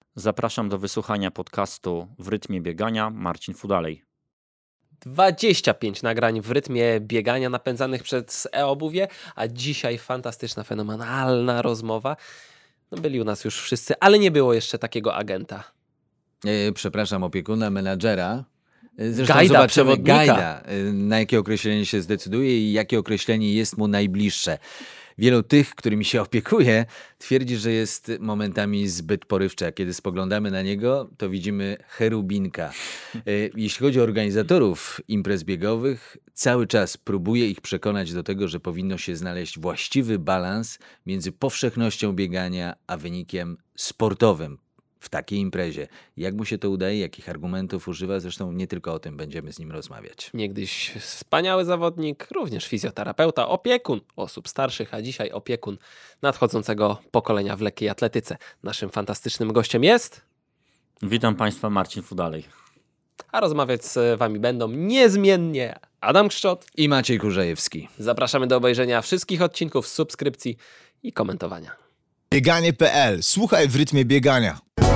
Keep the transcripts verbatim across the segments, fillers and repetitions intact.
Zapraszam do wysłuchania podcastu W rytmie biegania. Marcin Fudalej. dwadzieścia pięć nagrań w rytmie biegania napędzanych przez e-obuwie, a dzisiaj fantastyczna, fenomenalna rozmowa. No byli u nas już wszyscy, ale nie było jeszcze takiego agenta. E, przepraszam, opiekuna, menadżera. Zresztą Gajda, zobaczymy przewodnika. Gajda, e, na jakie określenie się zdecyduje i jakie określenie jest mu najbliższe. Wielu tych, którymi się opiekuje, twierdzi, że jest momentami zbyt porywczy, a kiedy spoglądamy na niego, to widzimy cherubinka. E, Jeśli chodzi o organizatorów imprez biegowych, cały czas próbuje ich przekonać do tego, że powinno się znaleźć właściwy balans między powszechnością biegania a wynikiem sportowym w takiej imprezie. Jak mu się to udaje, jakich argumentów używa, zresztą nie tylko o tym będziemy z nim rozmawiać. Niegdyś wspaniały zawodnik, również fizjoterapeuta, opiekun osób starszych, a dzisiaj opiekun nadchodzącego pokolenia w lekkiej atletyce. Naszym fantastycznym gościem jest... Witam Państwa, Marcin Fudalej. A rozmawiać z Wami będą niezmiennie Adam Krzczot I Maciej Kurzajewski. Zapraszamy do obejrzenia wszystkich odcinków, subskrypcji i komentowania. Bieganie kropka pe el. Słuchaj w rytmie biegania.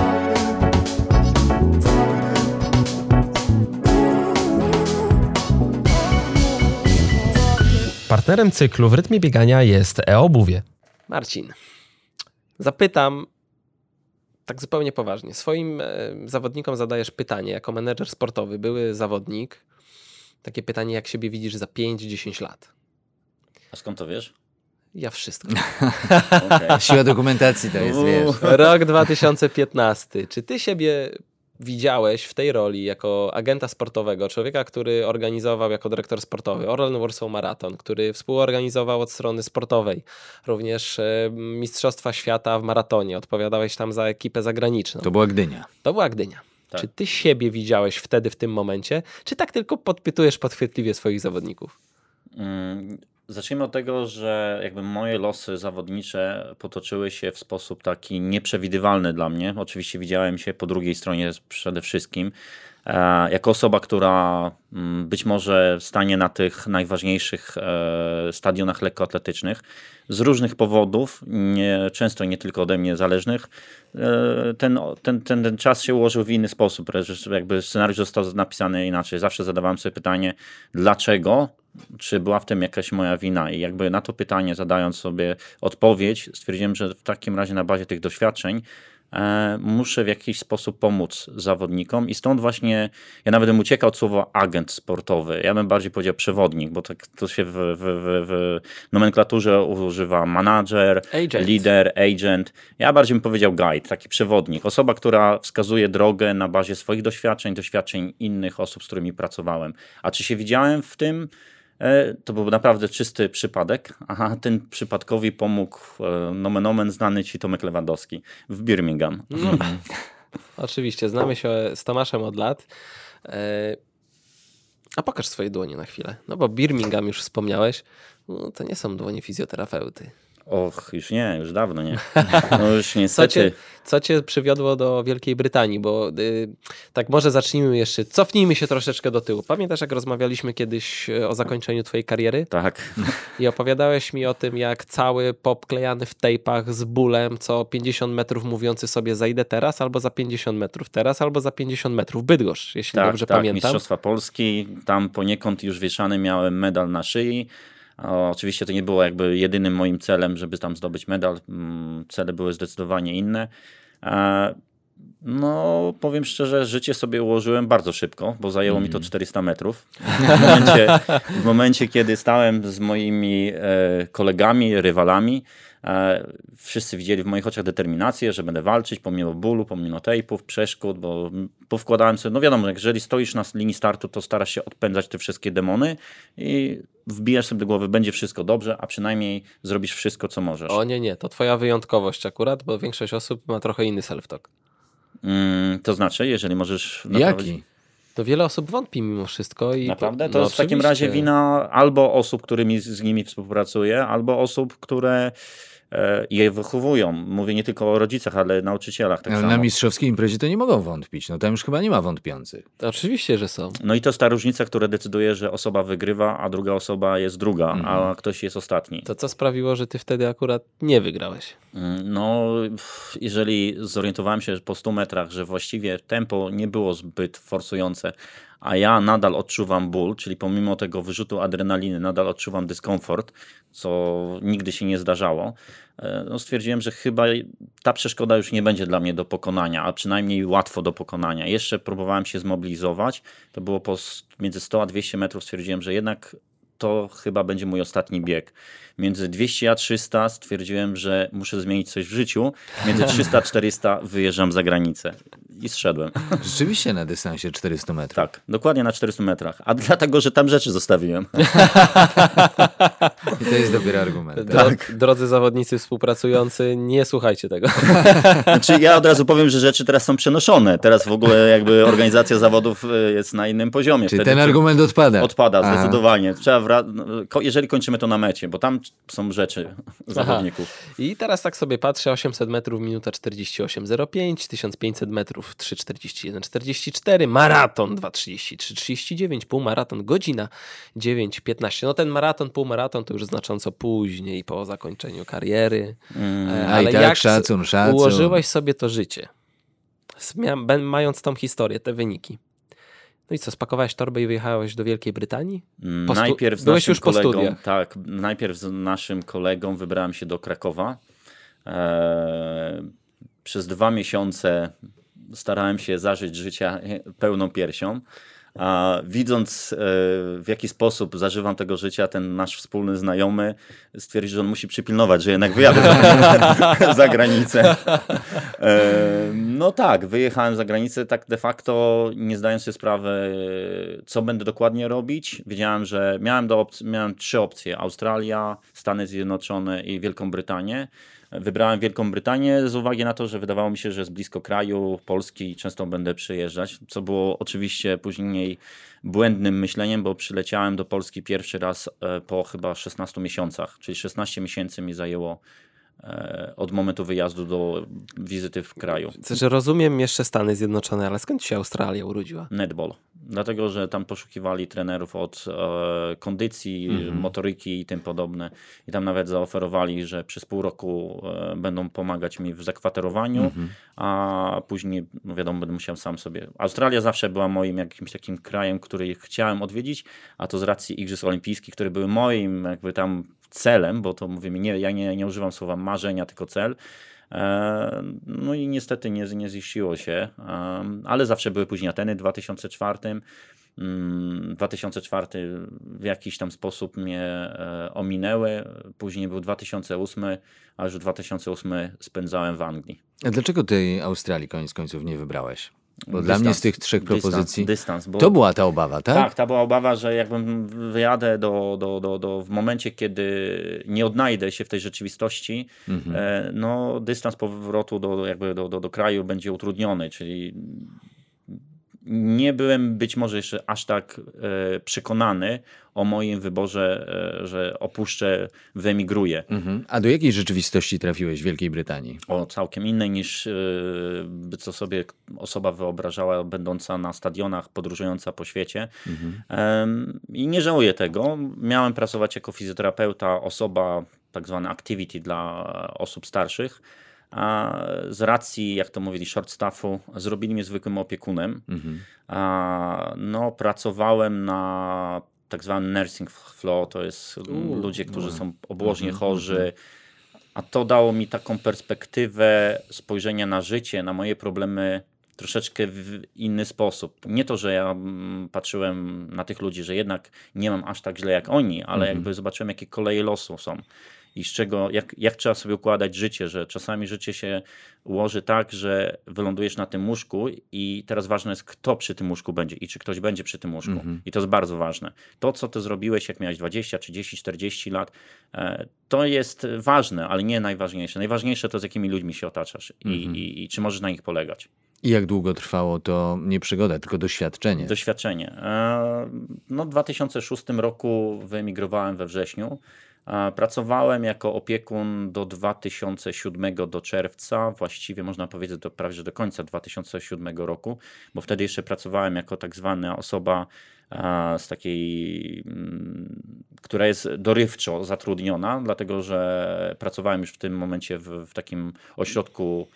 Partnerem cyklu w rytmie biegania jest e-obuwie. Marcin, zapytam tak zupełnie poważnie. Swoim e, zawodnikom zadajesz pytanie jako menedżer sportowy, były zawodnik. Takie pytanie, jak siebie widzisz za pięć do dziesięciu lat? A skąd to wiesz? Ja wszystko. Okay. Siła dokumentacji to jest, wiesz. Rok dwa tysiące piętnasty. Czy ty siebie widziałeś w tej roli jako agenta sportowego, człowieka, który organizował jako dyrektor sportowy Orlen Warsaw Marathon, który współorganizował od strony sportowej również e, Mistrzostwa Świata w maratonie, odpowiadałeś tam za ekipę zagraniczną. To była Gdynia. To była Gdynia. Tak. Czy ty siebie widziałeś wtedy, w tym momencie, czy tak tylko podpytujesz podchwytliwie swoich zawodników? Mm, zacznijmy od tego, że jakby moje losy zawodnicze potoczyły się w sposób taki nieprzewidywalny dla mnie. Oczywiście widziałem się po drugiej stronie przede wszystkim. E, jako osoba, która mm, być może stanie na tych najważniejszych e, stadionach lekkoatletycznych z różnych powodów, nie, często nie tylko ode mnie zależnych, e, ten, ten, ten, ten czas się ułożył w inny sposób. Jakby scenariusz został napisany inaczej. Zawsze zadawałem sobie pytanie, dlaczego? Czy była w tym jakaś moja wina? I jakby na to pytanie, zadając sobie odpowiedź, stwierdziłem, że w takim razie na bazie tych doświadczeń e, muszę w jakiś sposób pomóc zawodnikom i stąd właśnie ja nawet bym uciekał od słowa agent sportowy. Ja bym bardziej powiedział przewodnik, bo tak to się w, w, w, w nomenklaturze używa manager, Agent. lider, agent. Ja bardziej bym powiedział guide, taki przewodnik. Osoba, która wskazuje drogę na bazie swoich doświadczeń, doświadczeń innych osób, z którymi pracowałem. A czy się widziałem w tym? To był naprawdę czysty przypadek. Aha, ten przypadkowi pomógł nomen omen znany ci Tomek Lewandowski w Birmingham. Mm. Oczywiście, znamy się z Tomaszem od lat. A pokaż swoje dłonie na chwilę. No bo Birmingham już wspomniałeś. No, to nie są dłonie fizjoterapeuty. Och, już nie, już dawno nie. No już Co niestety. cię, co cię przywiodło do Wielkiej Brytanii? Bo y, tak może zacznijmy jeszcze, cofnijmy się troszeczkę do tyłu. Pamiętasz, jak rozmawialiśmy kiedyś o zakończeniu twojej kariery? Tak. I opowiadałeś mi o tym, jak cały poklejany w tejpach z bólem, co pięćdziesiąt metrów mówiący sobie zajdę teraz, albo za pięćdziesiąt metrów teraz, albo za pięćdziesiąt metrów. Bydgoszcz, jeśli Tak, dobrze tak, pamiętam. Mistrzostwa Polski. Tam poniekąd już wieszany miałem medal na szyi. O, oczywiście to nie było jakby jedynym moim celem, żeby tam zdobyć medal. Cele były zdecydowanie inne. E, no, powiem szczerze, życie sobie ułożyłem bardzo szybko, bo zajęło mm. mi to czterysta metrów. W momencie, w momencie kiedy stałem z moimi e, kolegami, rywalami, e, wszyscy widzieli w moich oczach determinację, że będę walczyć pomimo bólu, pomimo tejpów, przeszkód, bo powkładałem sobie, no wiadomo, jeżeli stoisz na linii startu, to starasz się odpędzać te wszystkie demony i wbijasz sobie do głowy, będzie wszystko dobrze, a przynajmniej zrobisz wszystko, co możesz. O nie, nie, to twoja wyjątkowość akurat, bo większość osób ma trochę inny self-talk. Mm, to znaczy, jeżeli możesz... Jaki? To wiele osób wątpi mimo wszystko. I Naprawdę? Po, To no jest w takim oczywiście. razie wina albo osób, którymi z nimi współpracuję, albo osób, które e, je wychowują. Mówię nie tylko o rodzicach, ale nauczycielach tak Ale samo. na mistrzowskiej imprezie to nie mogą wątpić. No tam już chyba nie ma wątpiących. Oczywiście, że są. No i to jest ta różnica, która decyduje, że osoba wygrywa, a druga osoba jest druga, Mhm. a ktoś jest ostatni. To co sprawiło, że ty wtedy akurat nie wygrałeś? No, pff, jeżeli zorientowałem się po stu metrach, że właściwie tempo nie było zbyt forsujące, a ja nadal odczuwam ból, czyli pomimo tego wyrzutu adrenaliny nadal odczuwam dyskomfort, co nigdy się nie zdarzało, e, no stwierdziłem, że chyba ta przeszkoda już nie będzie dla mnie do pokonania, a przynajmniej łatwo do pokonania. Jeszcze próbowałem się zmobilizować, to było po s- między sto a dwieście metrów, stwierdziłem, że jednak to chyba będzie mój ostatni bieg. Między dwieście a trzysta stwierdziłem, że muszę zmienić coś w życiu. Między trzysta a czterysta wyjeżdżam za granicę i zszedłem. Rzeczywiście na dystansie czterysta metrów. Tak, dokładnie na czterystu metrach. A dlatego, że tam rzeczy zostawiłem. I to jest dopiero argument. Dro- Tak? Drodzy zawodnicy współpracujący, nie słuchajcie tego. Znaczy ja od razu powiem, że rzeczy teraz są przenoszone. Teraz w ogóle jakby organizacja zawodów y, jest na innym poziomie. Czyli Wtedy ten to argument odpada. odpada Aha. zdecydowanie. Trzeba wra- no, ko- jeżeli kończymy to na mecie, bo tam są rzeczy zawodników. I teraz tak sobie patrzę, osiemset metrów, minuta czterdzieści osiem zero pięć, tysiąc pięćset metrów, trzy czterdzieści jeden czterdzieści cztery, maraton dwa trzydzieści trzy trzydzieści dziewięć, półmaraton, godzina dziewięć piętnaście. No ten maraton, półmaraton to już znacząco później, po zakończeniu kariery. E, A i tak szacun, szacun. ułożyłeś sobie to życie, Smia- ben- mając tą historię, te wyniki. No i co, spakowałeś torbę i wyjechałeś do Wielkiej Brytanii? Mm, Po stu- Najpierw z byłeś naszym już po kolegą, studiach. tak, najpierw z naszym kolegą wybrałem się do Krakowa. Eee, przez dwa miesiące starałem się zażyć życia pełną piersią. A widząc e, w jaki sposób zażywam tego życia, ten nasz wspólny znajomy stwierdził, że on musi przypilnować, że jednak wyjadę za, za granicę. E, no tak, wyjechałem za granicę tak de facto nie zdając sobie sprawy, co będę dokładnie robić. Wiedziałem, że miałem, do op- miałem trzy opcje. Australia, Stany Zjednoczone i Wielką Brytanię. Wybrałem Wielką Brytanię z uwagi na to, że wydawało mi się, że jest blisko kraju Polski i często będę przyjeżdżać, co było oczywiście później błędnym myśleniem, bo przyleciałem do Polski pierwszy raz e, po chyba szesnastu miesiącach, czyli szesnaście miesięcy mi zajęło e, od momentu wyjazdu do wizyty w kraju. Że rozumiem jeszcze Stany Zjednoczone, ale skąd się Australia urodziła? Netball. Dlatego, że tam poszukiwali trenerów od e, kondycji, Mhm. motoryki i tym podobne. I tam nawet zaoferowali, że przez pół roku e, będą pomagać mi w zakwaterowaniu, Mhm. a później, no wiadomo, będę musiał sam sobie. Australia zawsze była moim jakimś takim krajem, który chciałem odwiedzić, a to z racji Igrzysk Olimpijskich, które były moim jakby tam celem, bo to mówimy, nie, ja nie, nie używam słowa marzenia, tylko cel. E, No i niestety nie, nie ziściło się, e, ale zawsze były później Ateny w dwa tysiące czwartym. Mm, dwa tysiące czwarty w jakiś tam sposób mnie e, ominęły. Później był dwa tysiące ósmy, a już w dwa tysiące ósmym spędzałem w Anglii. A dlaczego tej Australii koniec końców nie wybrałeś? Bo dla Dystans, mnie z tych trzech dystans, propozycji Dystans, bo to była ta obawa, tak? Tak, ta była obawa, że jakbym wyjadę do, do, do, do, w momencie, kiedy nie odnajdę się w tej rzeczywistości, Mhm. e, no dystans powrotu do, jakby do, do, do kraju będzie utrudniony, czyli nie byłem być może jeszcze aż tak e, przekonany o moim wyborze, e, że opuszczę, wyemigruję. Mhm. A do jakiej rzeczywistości trafiłeś w Wielkiej Brytanii? O całkiem innej niż yy, by co sobie osoba wyobrażała, będąca na stadionach, podróżująca po świecie. Em, I nie żałuję tego. Miałem pracować jako fizjoterapeuta, osoba tak zwana activity dla osób starszych. A z racji, jak to mówili, short staffu, zrobili mnie zwykłym opiekunem. Mhm. A, no, pracowałem na tak zwanym nursing floor, to jest Uuu, ludzie, którzy no. są obłożnie Mhm, chorzy. A to dało mi taką perspektywę spojrzenia na życie, na moje problemy troszeczkę w inny sposób. Nie to, że ja mm, patrzyłem na tych ludzi, że jednak nie mam aż tak źle jak oni, ale Mhm. jakby zobaczyłem, jakie koleje losu są. I z czego, jak, jak trzeba sobie układać życie, że czasami życie się ułoży tak, że wylądujesz na tym łóżku i teraz ważne jest, kto przy tym łóżku będzie i czy ktoś będzie przy tym łóżku. Mhm. I to jest bardzo ważne. To, co ty zrobiłeś, jak miałeś dwadzieścia, trzydzieści, czterdzieści lat, e, to jest ważne, ale nie najważniejsze. Najważniejsze to, z jakimi ludźmi się otaczasz i, Mhm. i, i czy możesz na nich polegać. I jak długo trwało to nie przygoda, tylko doświadczenie? Doświadczenie. E, No, w dwa tysiące szóstym roku wyemigrowałem we wrześniu. Pracowałem jako opiekun do dwa tysiące siódmego do czerwca, właściwie można powiedzieć do, prawie że do końca dwa tysiące siódmego roku, bo wtedy jeszcze pracowałem jako tak zwana osoba z takiej, która jest dorywczo zatrudniona, dlatego że pracowałem już w tym momencie w, w takim ośrodku,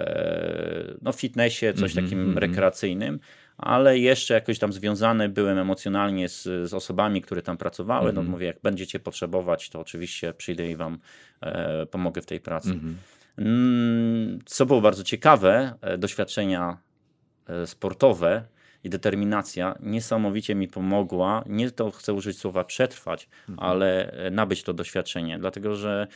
no fitnessie, coś mm-hmm, takim mm-hmm. rekreacyjnym, ale jeszcze jakoś tam związany byłem emocjonalnie z, z osobami, które tam pracowały. Mm-hmm. No mówię, jak będziecie potrzebować, to oczywiście przyjdę i wam e, pomogę w tej pracy. Mm-hmm. Co było bardzo ciekawe, doświadczenia sportowe i determinacja niesamowicie mi pomogła, nie to chcę użyć słowa przetrwać, mhm. ale nabyć to doświadczenie, dlatego że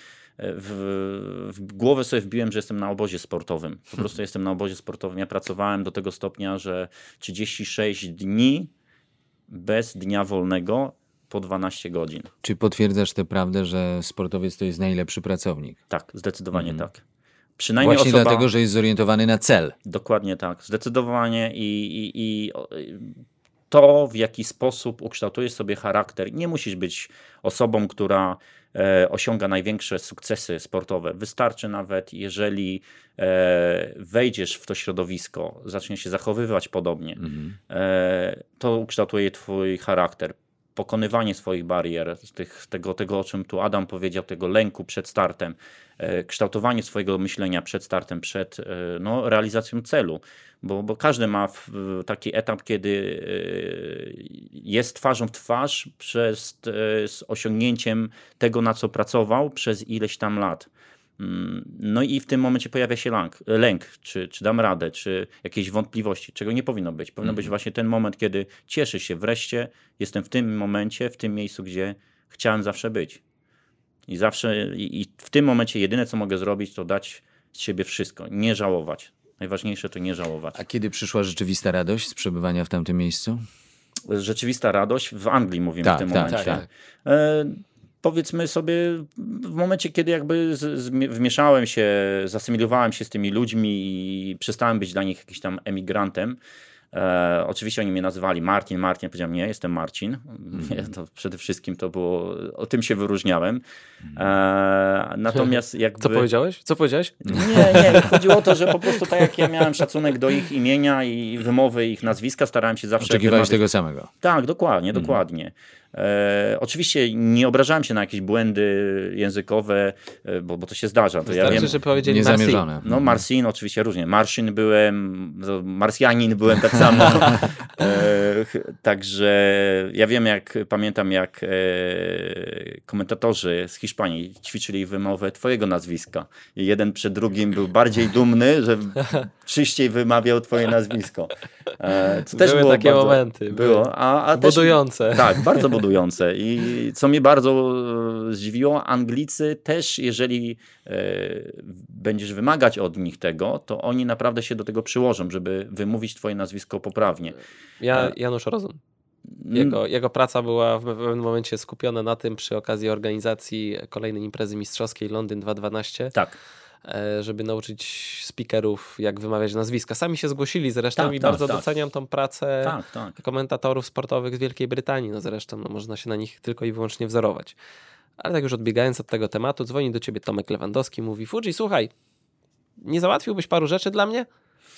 w, w głowę sobie wbiłem, że jestem na obozie sportowym. Po prostu mhm. jestem na obozie sportowym. Ja pracowałem do tego stopnia, że trzydzieści sześć dni bez dnia wolnego po dwanaście godzin. Czy potwierdzasz tę prawdę, że sportowiec to jest najlepszy pracownik? Tak, zdecydowanie mhm. tak. Przynajmniej Właśnie osoba... dlatego, że jest zorientowany na cel. Dokładnie tak, zdecydowanie i, i, i to, w jaki sposób ukształtujesz sobie charakter. Nie musisz być osobą, która e, osiąga największe sukcesy sportowe. Wystarczy nawet, jeżeli e, wejdziesz w to środowisko, zaczniesz się zachowywać podobnie, mhm. e, to ukształtuje twój charakter. Pokonywanie swoich barier, tych, tego, tego, o czym tu Adam powiedział, tego lęku przed startem, e, kształtowanie swojego myślenia przed startem, przed e, no, realizacją celu, bo, bo każdy ma w, taki etap, kiedy e, jest twarzą w twarz przez, e, z osiągnięciem tego, na co pracował przez ileś tam lat. No i w tym momencie pojawia się lęk, lęk czy, czy dam radę, czy jakieś wątpliwości, czego nie powinno być. Powinno mm. być właśnie ten moment, kiedy cieszę się, wreszcie jestem w tym momencie, w tym miejscu, gdzie chciałem zawsze być. I zawsze, i, i w tym momencie jedyne, co mogę zrobić, to dać z siebie wszystko, nie żałować. Najważniejsze to nie żałować. A kiedy przyszła rzeczywista radość z przebywania w tamtym miejscu? Rzeczywista radość w Anglii mówimy tak, w tym tak, momencie. Tak, tak. E, Powiedzmy sobie, w momencie, kiedy jakby z, z, wmieszałem się, zasymilowałem się z tymi ludźmi i przestałem być dla nich jakimś tam emigrantem. E, oczywiście oni mnie nazywali Martin, Martin. Ja powiedziałem, nie, jestem Marcin. Mm. To przede wszystkim to było, o tym się wyróżniałem. E, natomiast jakby... Co powiedziałeś? Co powiedziałeś? Nie, nie. Chodziło o to, że po prostu tak jak ja miałem szacunek do ich imienia i wymowy ich nazwiska, starałem się zawsze... Oczekiwałeś wymawiać... tego samego. Tak, dokładnie, mm. dokładnie. E, oczywiście nie obrażałem się na jakieś błędy językowe, e, bo, bo to się zdarza. To ja wiem, że powiedzieli niezamierzone. No Marcin oczywiście różnie. Marcin byłem, Marsjanin byłem tak samo. e, także ja wiem, jak pamiętam, jak e, komentatorzy z Hiszpanii ćwiczyli wymowę twojego nazwiska. I jeden przed drugim był bardziej dumny, że czyściej wymawiał twoje nazwisko. E, to też były było takie bardzo, momenty. Było. A, a budujące. Też, tak, bardzo budujące. I co mnie bardzo zdziwiło, Anglicy też, jeżeli e, będziesz wymagać od nich tego, to oni naprawdę się do tego przyłożą, żeby wymówić twoje nazwisko poprawnie. Ja, Janusz Rozum. Jego, jego praca była w pewnym momencie skupiona na tym przy okazji organizacji kolejnej imprezy mistrzowskiej Londyn dwa tysiące dwanaście. Tak. Żeby nauczyć speakerów, jak wymawiać nazwiska. Sami się zgłosili zresztą tak, i tak, bardzo tak. doceniam tą pracę tak, tak. komentatorów sportowych z Wielkiej Brytanii. No zresztą no, można się na nich tylko i wyłącznie wzorować. Ale tak już odbiegając od tego tematu, dzwoni do ciebie Tomek Lewandowski, mówi: Fuji, słuchaj, nie załatwiłbyś paru rzeczy dla mnie?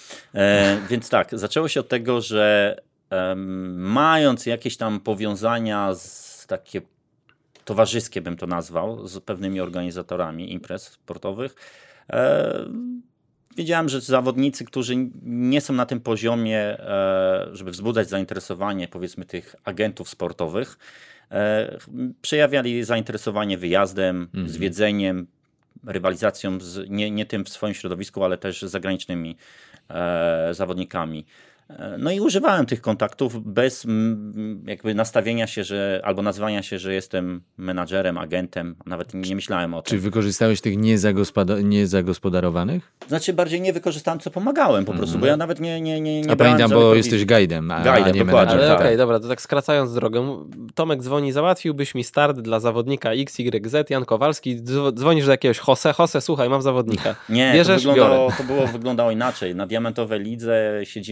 E, więc tak, zaczęło się od tego, że um, mając jakieś tam powiązania z takie towarzyskie, bym to nazwał, z pewnymi organizatorami imprez sportowych, e, wiedziałem, że zawodnicy, którzy nie są na tym poziomie, e, żeby wzbudzać zainteresowanie, powiedzmy, tych agentów sportowych, e, przejawiali zainteresowanie wyjazdem, mhm. zwiedzeniem, rywalizacją z, nie, nie tym w swoim środowisku, ale też z zagranicznymi e, zawodnikami. No i używałem tych kontaktów bez jakby nastawienia się, że albo nazwania się, że jestem menadżerem, agentem. Nawet nie myślałem o tym. Czy wykorzystałeś tych niezagospoda- niezagospodarowanych? Znaczy bardziej nie wykorzystałem, co pomagałem po prostu, mm. bo ja nawet nie nie nie nie A pamiętam, bo jesteś guidem, a, guidem, a nie menadżerem. Ale tak. okej, okay, dobra, to tak skracając drogę. Tomek dzwoni, załatwiłbyś mi start dla zawodnika X Y Z, Jan Kowalski, dzwonisz do jakiegoś Jose, Jose, słuchaj, mam zawodnika. Nie, Bierzesz, to, wyglądało, biorę. to było wyglądało inaczej. Na diamentowej lidze siedzimy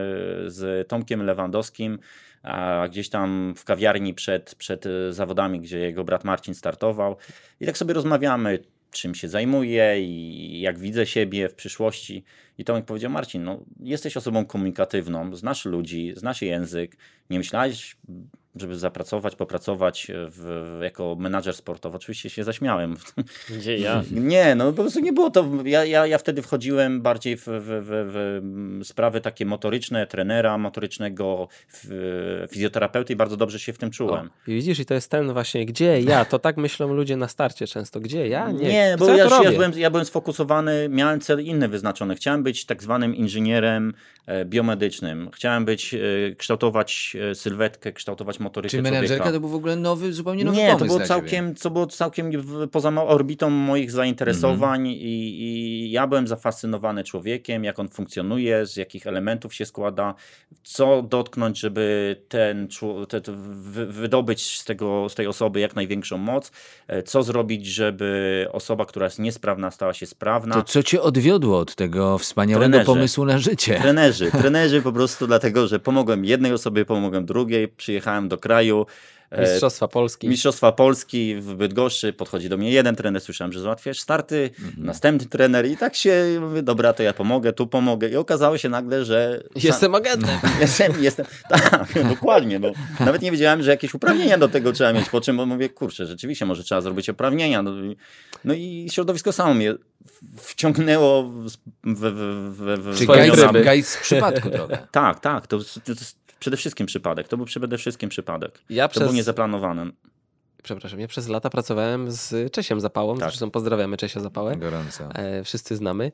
z Tomkiem Lewandowskim, a gdzieś tam w kawiarni przed, przed zawodami, gdzie jego brat Marcin startował. I tak sobie rozmawiamy, czym się zajmuję i jak widzę siebie w przyszłości. I Tomek powiedział: Marcin, no, jesteś osobą komunikatywną, znasz ludzi, znasz język. Nie myślałeś, żeby zapracować, popracować w, jako menadżer sportowy? Oczywiście się zaśmiałem. Gdzie ja? Nie, no po prostu nie było to. Ja, ja, ja wtedy wchodziłem bardziej w, w, w, w sprawy takie motoryczne, trenera motorycznego, w, fizjoterapeuty i bardzo dobrze się w tym czułem. O, i widzisz, i to jest ten właśnie, gdzie ja? To tak myślą ludzie na starcie często. Gdzie ja? Nie, Nie, Co bo ja, ja, to ja, robię? byłem, ja byłem sfokusowany, miałem cel inny wyznaczony. Chciałem być tak zwanym inżynierem e, biomedycznym. Chciałem być, e, kształtować e, sylwetkę, kształtować motorykę Czy człowieka. menedżerka to był w ogóle nowy, zupełnie nowy Nie, to pomysł było dla ciebie? całkiem, co było całkiem w- poza mo- orbitą moich zainteresowań Mhm. i, i ja byłem zafascynowany człowiekiem, jak on funkcjonuje, z jakich elementów się składa, co dotknąć, żeby ten, czło- te, te, wy- wydobyć z, tego, z tej osoby jak największą moc, e, co zrobić, żeby osoba, która jest niesprawna, stała się sprawna. To co cię odwiodło od tego wspaniałego Trenerzy. pomysłu na życie? Trenerzy, trenerzy po prostu dlatego, że pomogłem jednej osobie, pomogłem drugiej, przyjechałem do kraju. e, Mistrzostwa Polski. Mistrzostwa Polski w Bydgoszczy, podchodzi do mnie jeden trener, słyszałem, że załatwiasz starty, Mhm. następny trener i tak się mówię, dobra, to ja pomogę, tu pomogę i okazało się nagle, że... Jestem agentem. Jestem, jestem, tak, dokładnie, bo nawet nie wiedziałem, że jakieś uprawnienia do tego trzeba mieć, po czym mówię, kurczę, rzeczywiście może trzeba zrobić uprawnienia, no i, no i środowisko samo mnie wciągnęło w, w, w, w, w Czy Swoje gaj, tryby. gaj z przypadku trochę? Tak, tak, to, to jest przede wszystkim przypadek, to był przede wszystkim przypadek, Ja to przez, było niezaplanowane. przepraszam, ja przez lata pracowałem z Czesiem Zapałą, Tak. zresztą pozdrawiamy Czesia Zapałę. Gorąco. E, wszyscy znamy.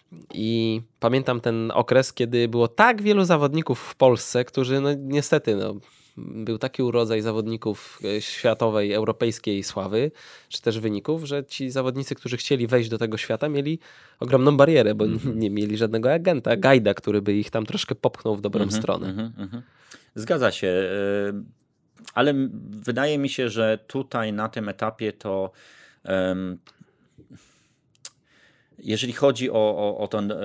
I pamiętam ten okres, kiedy było tak wielu zawodników w Polsce, którzy no niestety no, był taki urodzaj zawodników e, światowej, europejskiej sławy, czy też wyników, że ci zawodnicy, którzy chcieli wejść do tego świata, mieli ogromną barierę, bo nie mieli żadnego agenta, gajda, który by ich tam troszkę popchnął w dobrą Mhm, stronę. mhm, mhm. Zgadza się, y, ale m- wydaje mi się, że tutaj na tym etapie to em, jeżeli chodzi o, o, o tę e,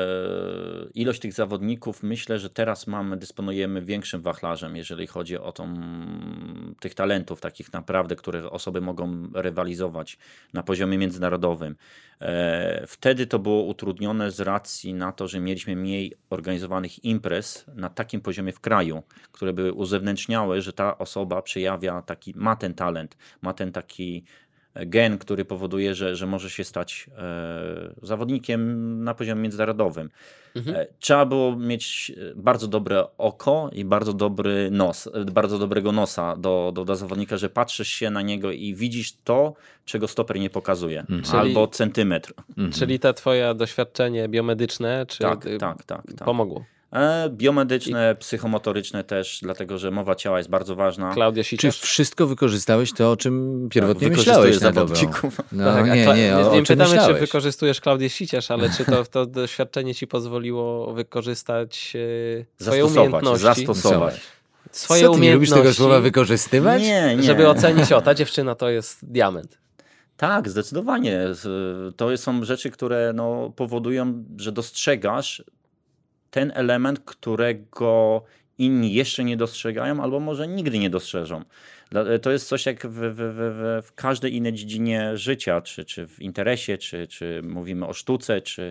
ilość tych zawodników, myślę, że teraz mamy, dysponujemy większym wachlarzem, jeżeli chodzi o tą, tych talentów takich naprawdę, które osoby mogą rywalizować na poziomie międzynarodowym. E, wtedy to było utrudnione z racji na to, że mieliśmy mniej organizowanych imprez na takim poziomie w kraju, które by uzewnętrzniały, że ta osoba przejawia taki, ma ten talent, ma ten taki gen, który powoduje, że, że może się stać e, zawodnikiem na poziomie międzynarodowym. Mhm. E, trzeba było mieć bardzo dobre oko i bardzo dobry nos, e, bardzo dobrego nosa do, do, do zawodnika, że patrzysz się na niego i widzisz to, czego stoper nie pokazuje. Czyli- Albo centymetr. Czyli to twoje doświadczenie biomedyczne, czy Tak, y, tak, tak, tak. pomogło? E, biomedyczne, psychomotoryczne też, dlatego że mowa ciała jest bardzo ważna. Klaudia Czy Siciarz? wszystko wykorzystałeś to, o czym pierwotnie Tak, myślałeś wykorzystuję na dobrą? zawodników. No Tak, a nie, Kla- nie, o, nie o czym pytamy, czy myślałeś? wykorzystujesz Klaudię Siciarz, ale czy to, to doświadczenie ci pozwoliło wykorzystać e, swoje Zastosować, umiejętności, zastosować. swoje Co, ty nie lubisz tego umiejętności, słowa wykorzystywać? Nie, nie. żeby ocenić, o, ta dziewczyna to jest diament. Tak, zdecydowanie. Z- To są rzeczy, które no, powodują, że dostrzegasz ten element, którego inni jeszcze nie dostrzegają, albo może nigdy nie dostrzeżą. Dla- To jest coś jak w, w, w, w każdej innej dziedzinie życia, czy, czy w interesie, czy, czy mówimy o sztuce, czy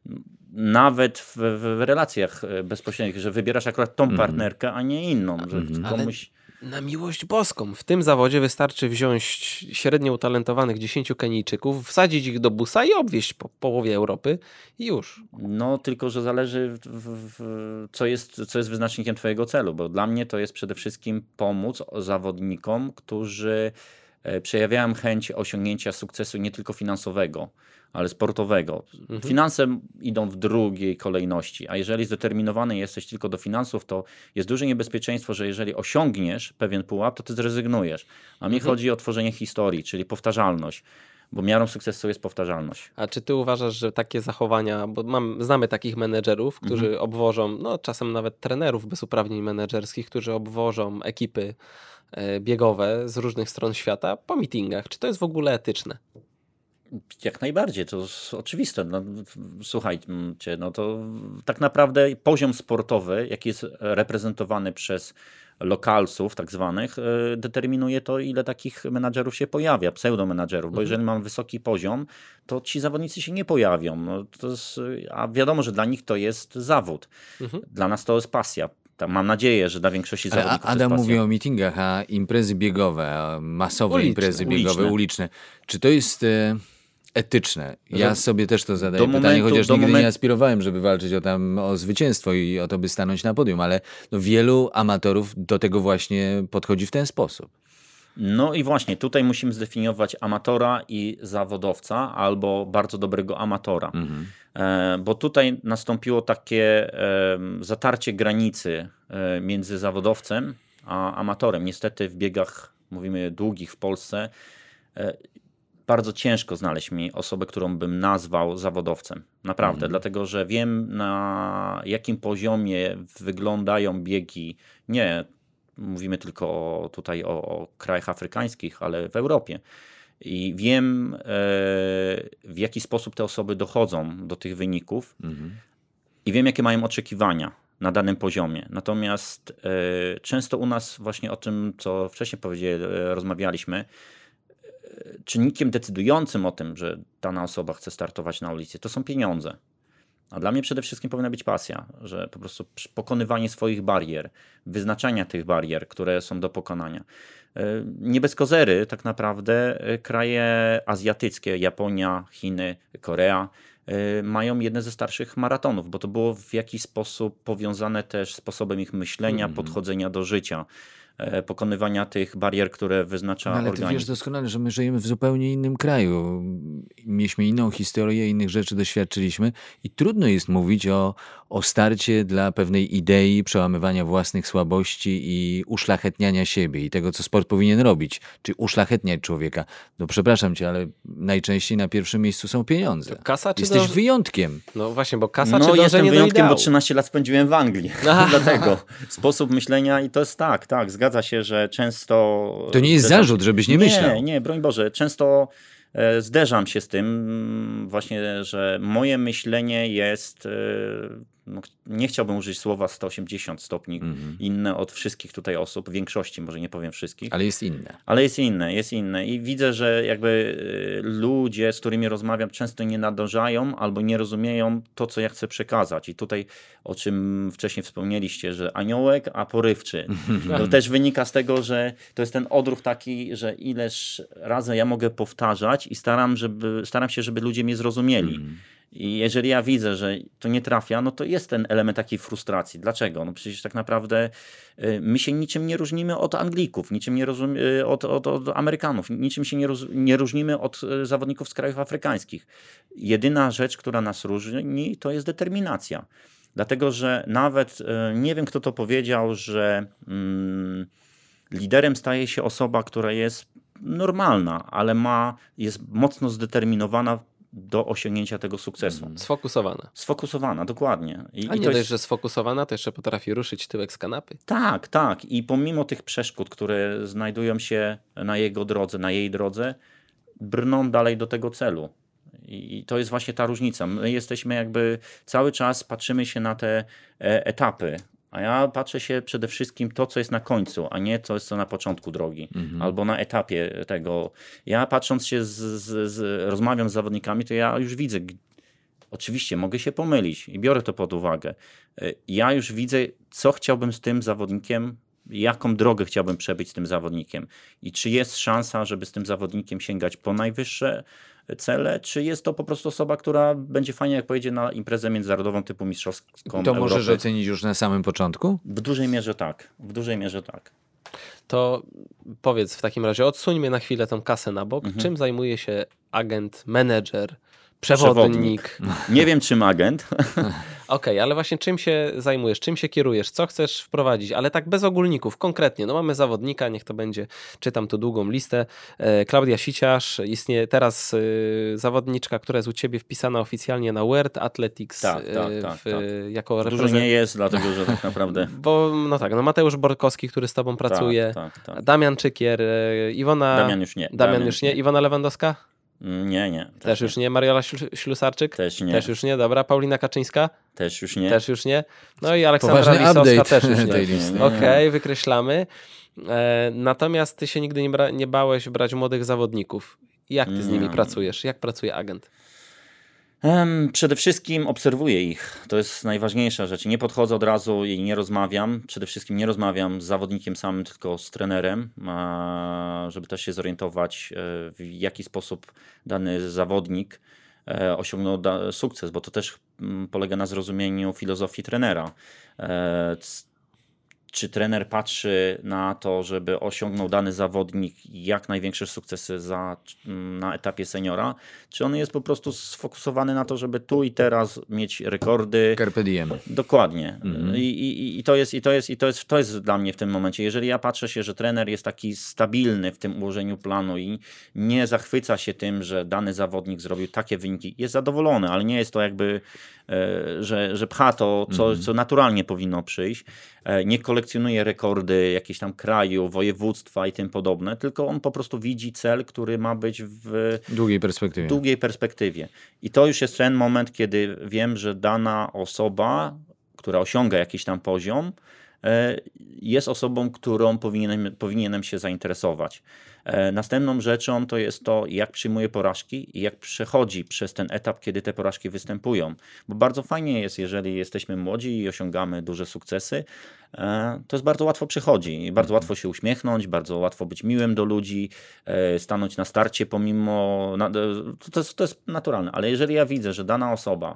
nawet w, w w relacjach e, bezpośrednich, że wybierasz akurat tą partnerkę, a nie inną. Że Ale- komuś... Na miłość boską. W tym zawodzie wystarczy wziąć średnio utalentowanych dziesięciu Kenijczyków, wsadzić ich do busa i obwieźć po połowie Europy i już. No, tylko że zależy, w, w, w, co, jest, co jest wyznacznikiem twojego celu, bo dla mnie to jest przede wszystkim pomóc zawodnikom, którzy e, przejawiają chęć osiągnięcia sukcesu nie tylko finansowego, ale sportowego. Finanse idą w drugiej kolejności, a jeżeli zdeterminowany jesteś tylko do finansów, to jest duże niebezpieczeństwo, że jeżeli osiągniesz pewien pułap, to ty zrezygnujesz. A mi chodzi o tworzenie historii, czyli powtarzalność, bo miarą sukcesu jest powtarzalność. A czy ty uważasz, że takie zachowania, bo mam, znamy takich menedżerów, którzy Mhm. obwożą, no czasem nawet trenerów bez uprawnień menedżerskich, którzy obwożą ekipy e, biegowe z różnych stron świata po meetingach. Czy to jest w ogóle etyczne? Jak najbardziej, to jest oczywiste. No, słuchajcie, no to tak naprawdę poziom sportowy, jaki jest reprezentowany przez lokalsów tak zwanych, determinuje to, ile takich menadżerów się pojawia, pseudomenadżerów, bo jeżeli mam wysoki poziom, to ci zawodnicy się nie pojawią. No, to jest, a wiadomo, że dla nich to jest zawód. Mhm. Dla nas to jest pasja. Mam nadzieję, że dla większości Ale zawodników Adam to jest mówi pasja. o meetingach, a imprezy biegowe, masowe Uliczne, imprezy uliczne. biegowe, uliczne. Czy to jest e, etyczne? Ja Że- sobie też to zadaję do pytanie, momentu- chociaż do nigdy nie moment- aspirowałem, żeby walczyć o, tam, o zwycięstwo i o to, by stanąć na podium, ale no, wielu amatorów do tego właśnie podchodzi w ten sposób. No i właśnie, tutaj musimy zdefiniować amatora i zawodowca, albo bardzo dobrego amatora. E, bo tutaj nastąpiło takie e, zatarcie granicy e, między zawodowcem a amatorem. Niestety w biegach, mówimy długich w Polsce, e, bardzo ciężko znaleźć mi osobę, którą bym nazwał zawodowcem. Naprawdę, dlatego że wiem, na jakim poziomie wyglądają biegi, nie mówimy tylko o, tutaj o, o krajach afrykańskich, ale w Europie. I wiem, e, w jaki sposób te osoby dochodzą do tych wyników i wiem, jakie mają oczekiwania na danym poziomie. Natomiast e, często u nas właśnie o tym, co wcześniej powiedzieli, e, rozmawialiśmy, czynnikiem decydującym o tym, że dana osoba chce startować na ulicy, to są pieniądze. A dla mnie przede wszystkim powinna być pasja, że po prostu przy- pokonywanie swoich barier, wyznaczania tych barier, które są do pokonania. E, Nie bez kozery tak naprawdę e, kraje azjatyckie, Japonia, Chiny, Korea, e, mają jedne ze starszych maratonów, bo to było w jakiś sposób powiązane też sposobem ich myślenia, podchodzenia do życia, e, pokonywania tych barier, które wyznacza No, ale ty wiesz organizm. doskonale, że my żyjemy w zupełnie innym kraju. Mieliśmy inną historię, innych rzeczy doświadczyliśmy i trudno jest mówić o, o starcie dla pewnej idei przełamywania własnych słabości i uszlachetniania siebie i tego, co sport powinien robić, czy uszlachetniać człowieka. No przepraszam cię, ale najczęściej na pierwszym miejscu są pieniądze. Kasa czy Jesteś do- wyjątkiem. No właśnie, bo kasa No czy jestem dążenie do wyjątkiem, bo ideału? trzynaście lat spędziłem w Anglii. Aha. Dlatego sposób myślenia i to jest tak, tak, zgadza się, że często... To nie jest zderzam- zarzut, żebyś nie myślał. Nie, nie, broń Boże. Często e, zderzam się z tym mm, właśnie, że moje myślenie jest... e, No, nie chciałbym użyć słowa sto osiemdziesiąt stopni inne od wszystkich tutaj osób, większości, może nie powiem wszystkich. Ale jest inne. Ale jest inne, jest inne i widzę, że jakby y, ludzie, z którymi rozmawiam, często nie nadążają albo nie rozumieją to, co ja chcę przekazać. I tutaj, o czym wcześniej wspomnieliście, że aniołek, a porywczy. To też wynika z tego, że to jest ten odruch taki, że ileż razy ja mogę powtarzać i staram, żeby, staram się, żeby ludzie mnie zrozumieli. I jeżeli ja widzę, że to nie trafia, no to jest ten element takiej frustracji. Dlaczego? No przecież tak naprawdę y, my się niczym nie różnimy od Anglików, niczym nie rozum- y, od, od, od Amerykanów, niczym się nie, roz- nie różnimy od y, zawodników z krajów afrykańskich. Jedyna rzecz, która nas różni, to jest determinacja. Dlatego, że nawet, y, nie wiem kto to powiedział, że mm, liderem staje się osoba, która jest normalna, ale ma, jest mocno zdeterminowana do osiągnięcia tego sukcesu. Sfokusowana. Sfokusowana, dokładnie. I, A i nie to dość, jest, że sfokusowana, to jeszcze potrafi ruszyć tyłek z kanapy. Tak, tak. I pomimo tych przeszkód, które znajdują się na jego drodze, na jej drodze, brną dalej do tego celu. I i to jest właśnie ta różnica. My jesteśmy jakby cały czas patrzymy się na te e, etapy, a ja patrzę się przede wszystkim to, co jest na końcu, a nie to, co na początku drogi, albo na etapie tego. Ja patrząc się, z, z, z, rozmawiam z zawodnikami, to ja już widzę, g- oczywiście mogę się pomylić i biorę to pod uwagę. E, Ja już widzę, co chciałbym z tym zawodnikiem, jaką drogę chciałbym przebyć z tym zawodnikiem i czy jest szansa, żeby z tym zawodnikiem sięgać po najwyższe cele, czy jest to po prostu osoba, która będzie fajnie, jak pojedzie na imprezę międzynarodową typu mistrzowską To Europy. możesz ocenić już na samym początku? W dużej mierze tak. W dużej mierze tak. To powiedz w takim razie, odsuńmy na chwilę tą kasę na bok. Czym zajmuje się agent, menedżer, przewodnik? Nie wiem, czym agent. Okej, ale właśnie czym się zajmujesz, czym się kierujesz, co chcesz wprowadzić, ale tak bez ogólników, konkretnie. No mamy zawodnika, niech to będzie, czytam tu długą listę. E, Klaudia Siciarz, istnieje teraz e, zawodniczka, która jest u ciebie wpisana oficjalnie na World Athletics Tak, tak, e, tak, w, tak. jako Dużo reprezent... nie jest, dlatego że tak naprawdę... Bo no tak, no Mateusz Borkowski, który z tobą pracuje, Tak, tak, tak. Damian Czykier, e, Iwona... Damian już nie. Damian już nie. Iwona Lewandowska? Nie, nie. Też, Też już nie. Mariola Ślu- Ślusarczyk? Też nie. Też już nie, dobra. Paulina Kaczyńska? Też już nie. Też już nie. No i Aleksandra Poważny Lisowska update też już nie. tej listy. Nie, Okej, nie. wykreślamy. E, natomiast ty się nigdy nie, bra- nie bałeś brać młodych zawodników. Jak ty z nimi Nie. pracujesz? Jak pracuje agent? Em, Przede wszystkim obserwuję ich. To jest najważniejsza rzecz. Nie podchodzę od razu i nie rozmawiam. Przede wszystkim nie rozmawiam z zawodnikiem samym, tylko z trenerem, a, żeby też się zorientować, e, w jaki sposób dany zawodnik e, osiągnął da- sukces, bo to też mm, polega na zrozumieniu filozofii trenera. E, c- Czy trener patrzy na to, żeby osiągnął dany zawodnik jak największe sukcesy za, na etapie seniora, czy on jest po prostu sfokusowany na to, żeby tu i teraz mieć rekordy? Carpe diem. Dokładnie. I, i, i, to jest, i, to jest, i to jest, to jest dla mnie w tym momencie. Jeżeli ja patrzę się, że trener jest taki stabilny w tym ułożeniu planu i nie zachwyca się tym, że dany zawodnik zrobił takie wyniki, jest zadowolony, ale nie jest to jakby, e, że, że pcha to, co, co naturalnie powinno przyjść. E, nie kolekcjonuje rekordy jakiegoś tam kraju, województwa i tym podobne, tylko on po prostu widzi cel, który ma być w Długiej perspektywie. długiej perspektywie. I to już jest ten moment, kiedy wiem, że dana osoba, która osiąga jakiś tam poziom, e, jest osobą, którą powinienem, powinienem się zainteresować. E, Następną rzeczą to jest to, jak przyjmuje porażki i jak przechodzi przez ten etap, kiedy te porażki występują. Bo bardzo fajnie jest, jeżeli jesteśmy młodzi i osiągamy duże sukcesy, e, to jest bardzo łatwo przychodzi. I bardzo łatwo się uśmiechnąć, bardzo łatwo być miłym do ludzi, e, stanąć na starcie pomimo... na- e, To jest, to jest naturalne, ale jeżeli ja widzę, że dana osoba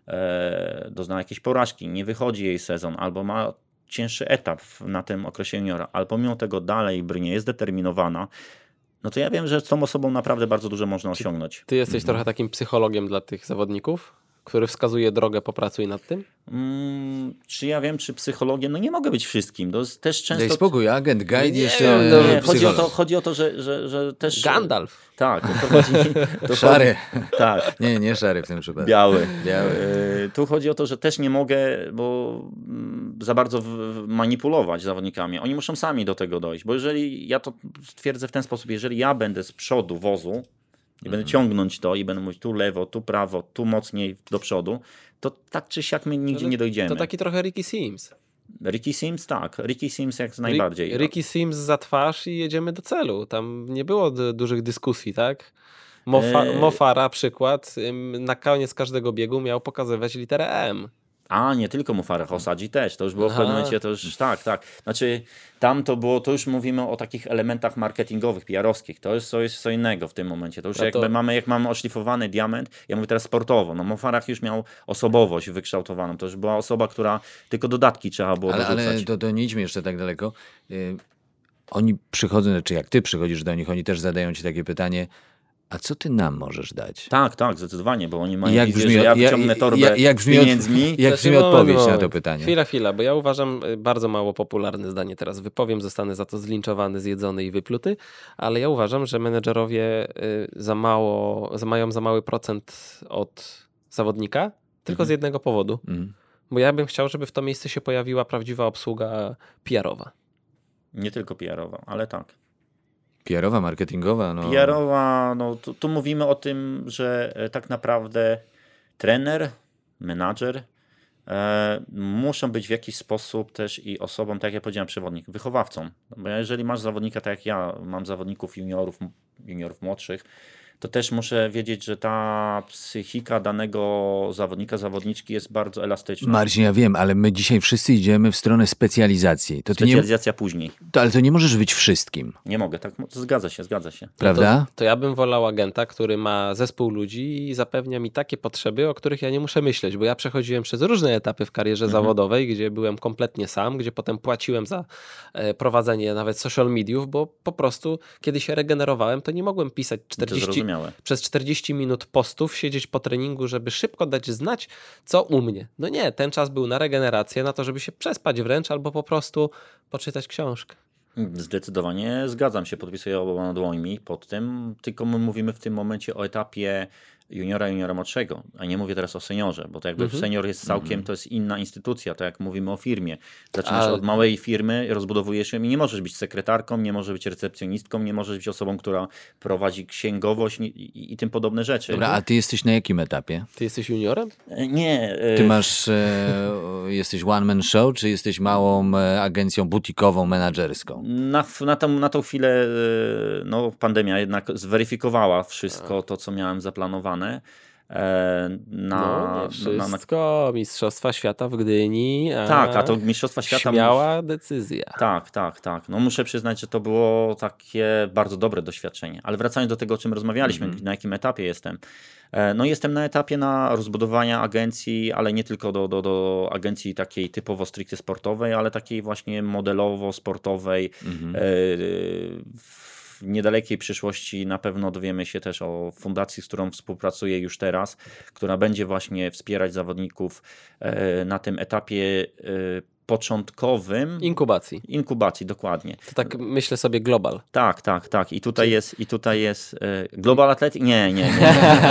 e, doznała jakiejś porażki, nie wychodzi jej sezon albo ma cięższy etap na tym okresie juniora, ale pomimo tego dalej brnie, jest zdeterminowana, no to ja wiem, że z tą osobą naprawdę bardzo dużo można osiągnąć. Ty jesteś trochę takim psychologiem dla tych zawodników, który wskazuje drogę, popracuj nad tym? Mm, czy ja wiem, czy psychologiem? No nie mogę być wszystkim. To jest też często... Daj spokój, agent, guide Nie, jeszcze no, Nie, chodzi o psycholog. to, chodzi o to że, że, że też... Gandalf. Tak, to chodzi... To Szary. Chodzi, tak. Nie, nie szary w tym przypadku. Biały. Biały. E, Tu chodzi o to, że też nie mogę, bo mm, za bardzo w- w- manipulować zawodnikami. Oni muszą sami do tego dojść, bo jeżeli ja to stwierdzę w ten sposób, jeżeli ja będę z przodu wozu i będę ciągnąć to i będę mówić tu lewo, tu prawo, tu mocniej do przodu, to tak czy siak my nigdzie To- nie dojdziemy. To taki trochę Ricky Sims. Ricky Sims, tak. Ricky Sims jak najbardziej. Ri- Ricky Sims za twarz i jedziemy do celu. Tam nie było d- dużych dyskusji, tak? Mofa- Eee. Mofara przykład, ym, na koniec każdego biegu miał pokazywać literę M. A, nie tylko Mufarach, Osadzi też. To już było w Aha. pewnym momencie, to już tak, tak. Znaczy, tam to było, to już mówimy o takich elementach marketingowych, P R-owskich. To jest coś co innego w tym momencie. To już No to- jakby mamy, jak mamy oszlifowany diament, ja mówię teraz sportowo, no Mufarach już miał osobowość wykształtowaną. To już była osoba, która tylko dodatki trzeba było Ale, dorzucać. ale to, to nie idźmy jeszcze tak daleko. Y, Oni przychodzą, znaczy jak ty przychodzisz do nich, oni też zadają ci takie pytanie, a co ty nam możesz dać? Tak, tak, zdecydowanie, bo oni mają Jak wizję, brzmi, że ja jak- wyciągnę torbę jak, jak z brzmi, od, pieniędzmi. jak Znaczy, brzmi moment, odpowiedź na moment. to pytanie? Chwila, chwila, bo ja uważam y, bardzo mało popularne zdanie teraz wypowiem, zostanę za to zlinczowany, zjedzony i wypluty, ale ja uważam, że menedżerowie y, za mało, za mają za mały procent od zawodnika, tylko Mhm. z jednego powodu. Mhm. Bo ja bym chciał, żeby w to miejsce się pojawiła prawdziwa obsługa P R-owa. Nie tylko P R-owa, ale tak. P R-owa, marketingowa, no. P R-owa, no tu, tu mówimy o tym, że e, tak naprawdę trener, menadżer e, muszą być w jakiś sposób też i osobą, tak jak ja powiedziałem, przewodnik, wychowawcą. Bo jeżeli masz zawodnika, tak jak ja mam zawodników juniorów, juniorów młodszych, to też muszę wiedzieć, że ta psychika danego zawodnika, zawodniczki jest bardzo elastyczna. Marcin, ja wiem, ale my dzisiaj wszyscy idziemy w stronę specjalizacji. To ty nie, Specjalizacja później. to, ale to nie możesz być wszystkim, Nie mogę, tak? Zgadza się, zgadza się. prawda? To, to ja bym wolał agenta, który ma zespół ludzi i zapewnia mi takie potrzeby, o których ja nie muszę myśleć, bo ja przechodziłem przez różne etapy w karierze zawodowej, gdzie byłem kompletnie sam, gdzie potem płaciłem za e, prowadzenie nawet social mediów, bo po prostu kiedy się regenerowałem, to nie mogłem pisać To czterdzieści, zrozumiałe. przez czterdzieści minut postów, siedzieć po treningu, żeby szybko dać znać, co u mnie. No nie, ten czas był na regenerację, na to, żeby się przespać wręcz albo po prostu poczytać książkę. Zdecydowanie zgadzam się, podpisuję oboma dłońmi pod tym, tylko my mówimy w tym momencie o etapie juniora, juniora młodszego, a nie mówię teraz o seniorze, bo to jakby Mhm. senior jest całkiem, to jest inna instytucja, tak jak mówimy o firmie. Zaczynasz A- od małej firmy, rozbudowujesz ją i nie możesz być sekretarką, nie możesz być recepcjonistką, nie możesz być osobą, która prowadzi księgowość i, i, i tym podobne rzeczy. Dobra, a ty jesteś na jakim etapie? Ty jesteś juniorem? E, Nie. e, Ty masz, e, jesteś one man show, czy jesteś małą e, agencją butikową, menadżerską? Na, na, tą, na tą chwilę e, no, pandemia jednak zweryfikowała wszystko to, co miałem zaplanowane. E, Na, No, nie na, na, wszystko. Mistrzostwa Świata w Gdyni. A tak, a to Mistrzostwa Świata... Śmiała decyzja. Tak, tak, tak. No muszę przyznać, że to było takie bardzo dobre doświadczenie. Ale wracając do tego, o czym rozmawialiśmy, Mhm. na jakim etapie jestem. E, No jestem na etapie na rozbudowania agencji, ale nie tylko do, do, do agencji takiej typowo stricte sportowej, ale takiej właśnie modelowo-sportowej. Mhm. E, W niedalekiej przyszłości na pewno dowiemy się też o fundacji, z którą współpracuję już teraz, która będzie właśnie wspierać zawodników e, na tym etapie e, początkowym Inkubacji. inkubacji, dokładnie. To tak myślę sobie global. Tak, tak, tak. I tutaj jest, i tutaj jest e, Global Athletic? Nie, nie, nie. nie,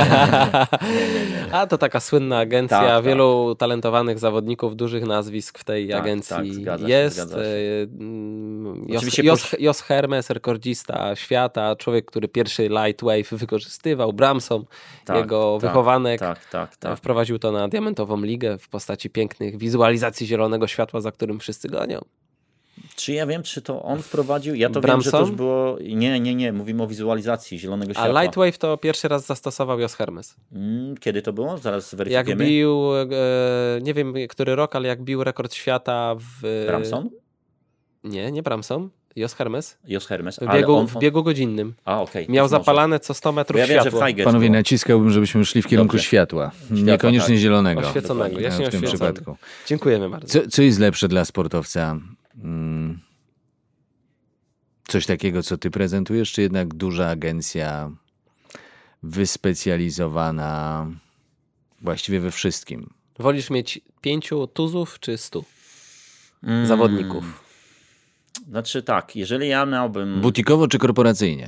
nie. A to taka słynna agencja, Tak, tak. wielu talentowanych zawodników, dużych nazwisk w tej Tak, agencji tak, zgadza się, jest. zgadza się. E, mm, Jos, Oczywiście Jos, posz- Jos Hermes, rekordzista świata, człowiek, który pierwszy lightwave wykorzystywał, Bramson, Tak, jego tak, wychowanek, Tak, tak, tak. wprowadził to na diamentową ligę w postaci pięknych wizualizacji zielonego światła, za którym wszyscy gonią. Czy ja wiem, czy to on wprowadził? Ja to Bramson? wiem, że to już było... Nie, nie, nie. Mówimy o wizualizacji zielonego A światła. lightwave to pierwszy raz zastosował Jos Hermes. Mm, Kiedy to było? Zaraz Jak zweryfikujemy. bił, e, nie wiem który rok, ale jak bił rekord świata w... Bramson? Nie, nie Bramson. Jos Hermes. Jos Hermes. W ale biegu, on, w biegu godzinnym. A, okej. Miał Być może. zapalane co sto Bo metrów ja wiem, że w światło. Highgate Panowie, było. naciskałbym, żebyśmy szli w kierunku Dobrze. światła, Światła, niekoniecznie tak. zielonego Oświeconego, e, jaśnie w tym oświecone. przypadku. Dziękujemy bardzo. Co, co jest lepsze dla sportowca? Mm, Coś takiego, co ty prezentujesz, czy jednak duża agencja wyspecjalizowana właściwie we wszystkim? Wolisz mieć pięciu tuzów czy stu Mm, zawodników? Znaczy tak, jeżeli ja miałbym... Butikowo czy korporacyjnie?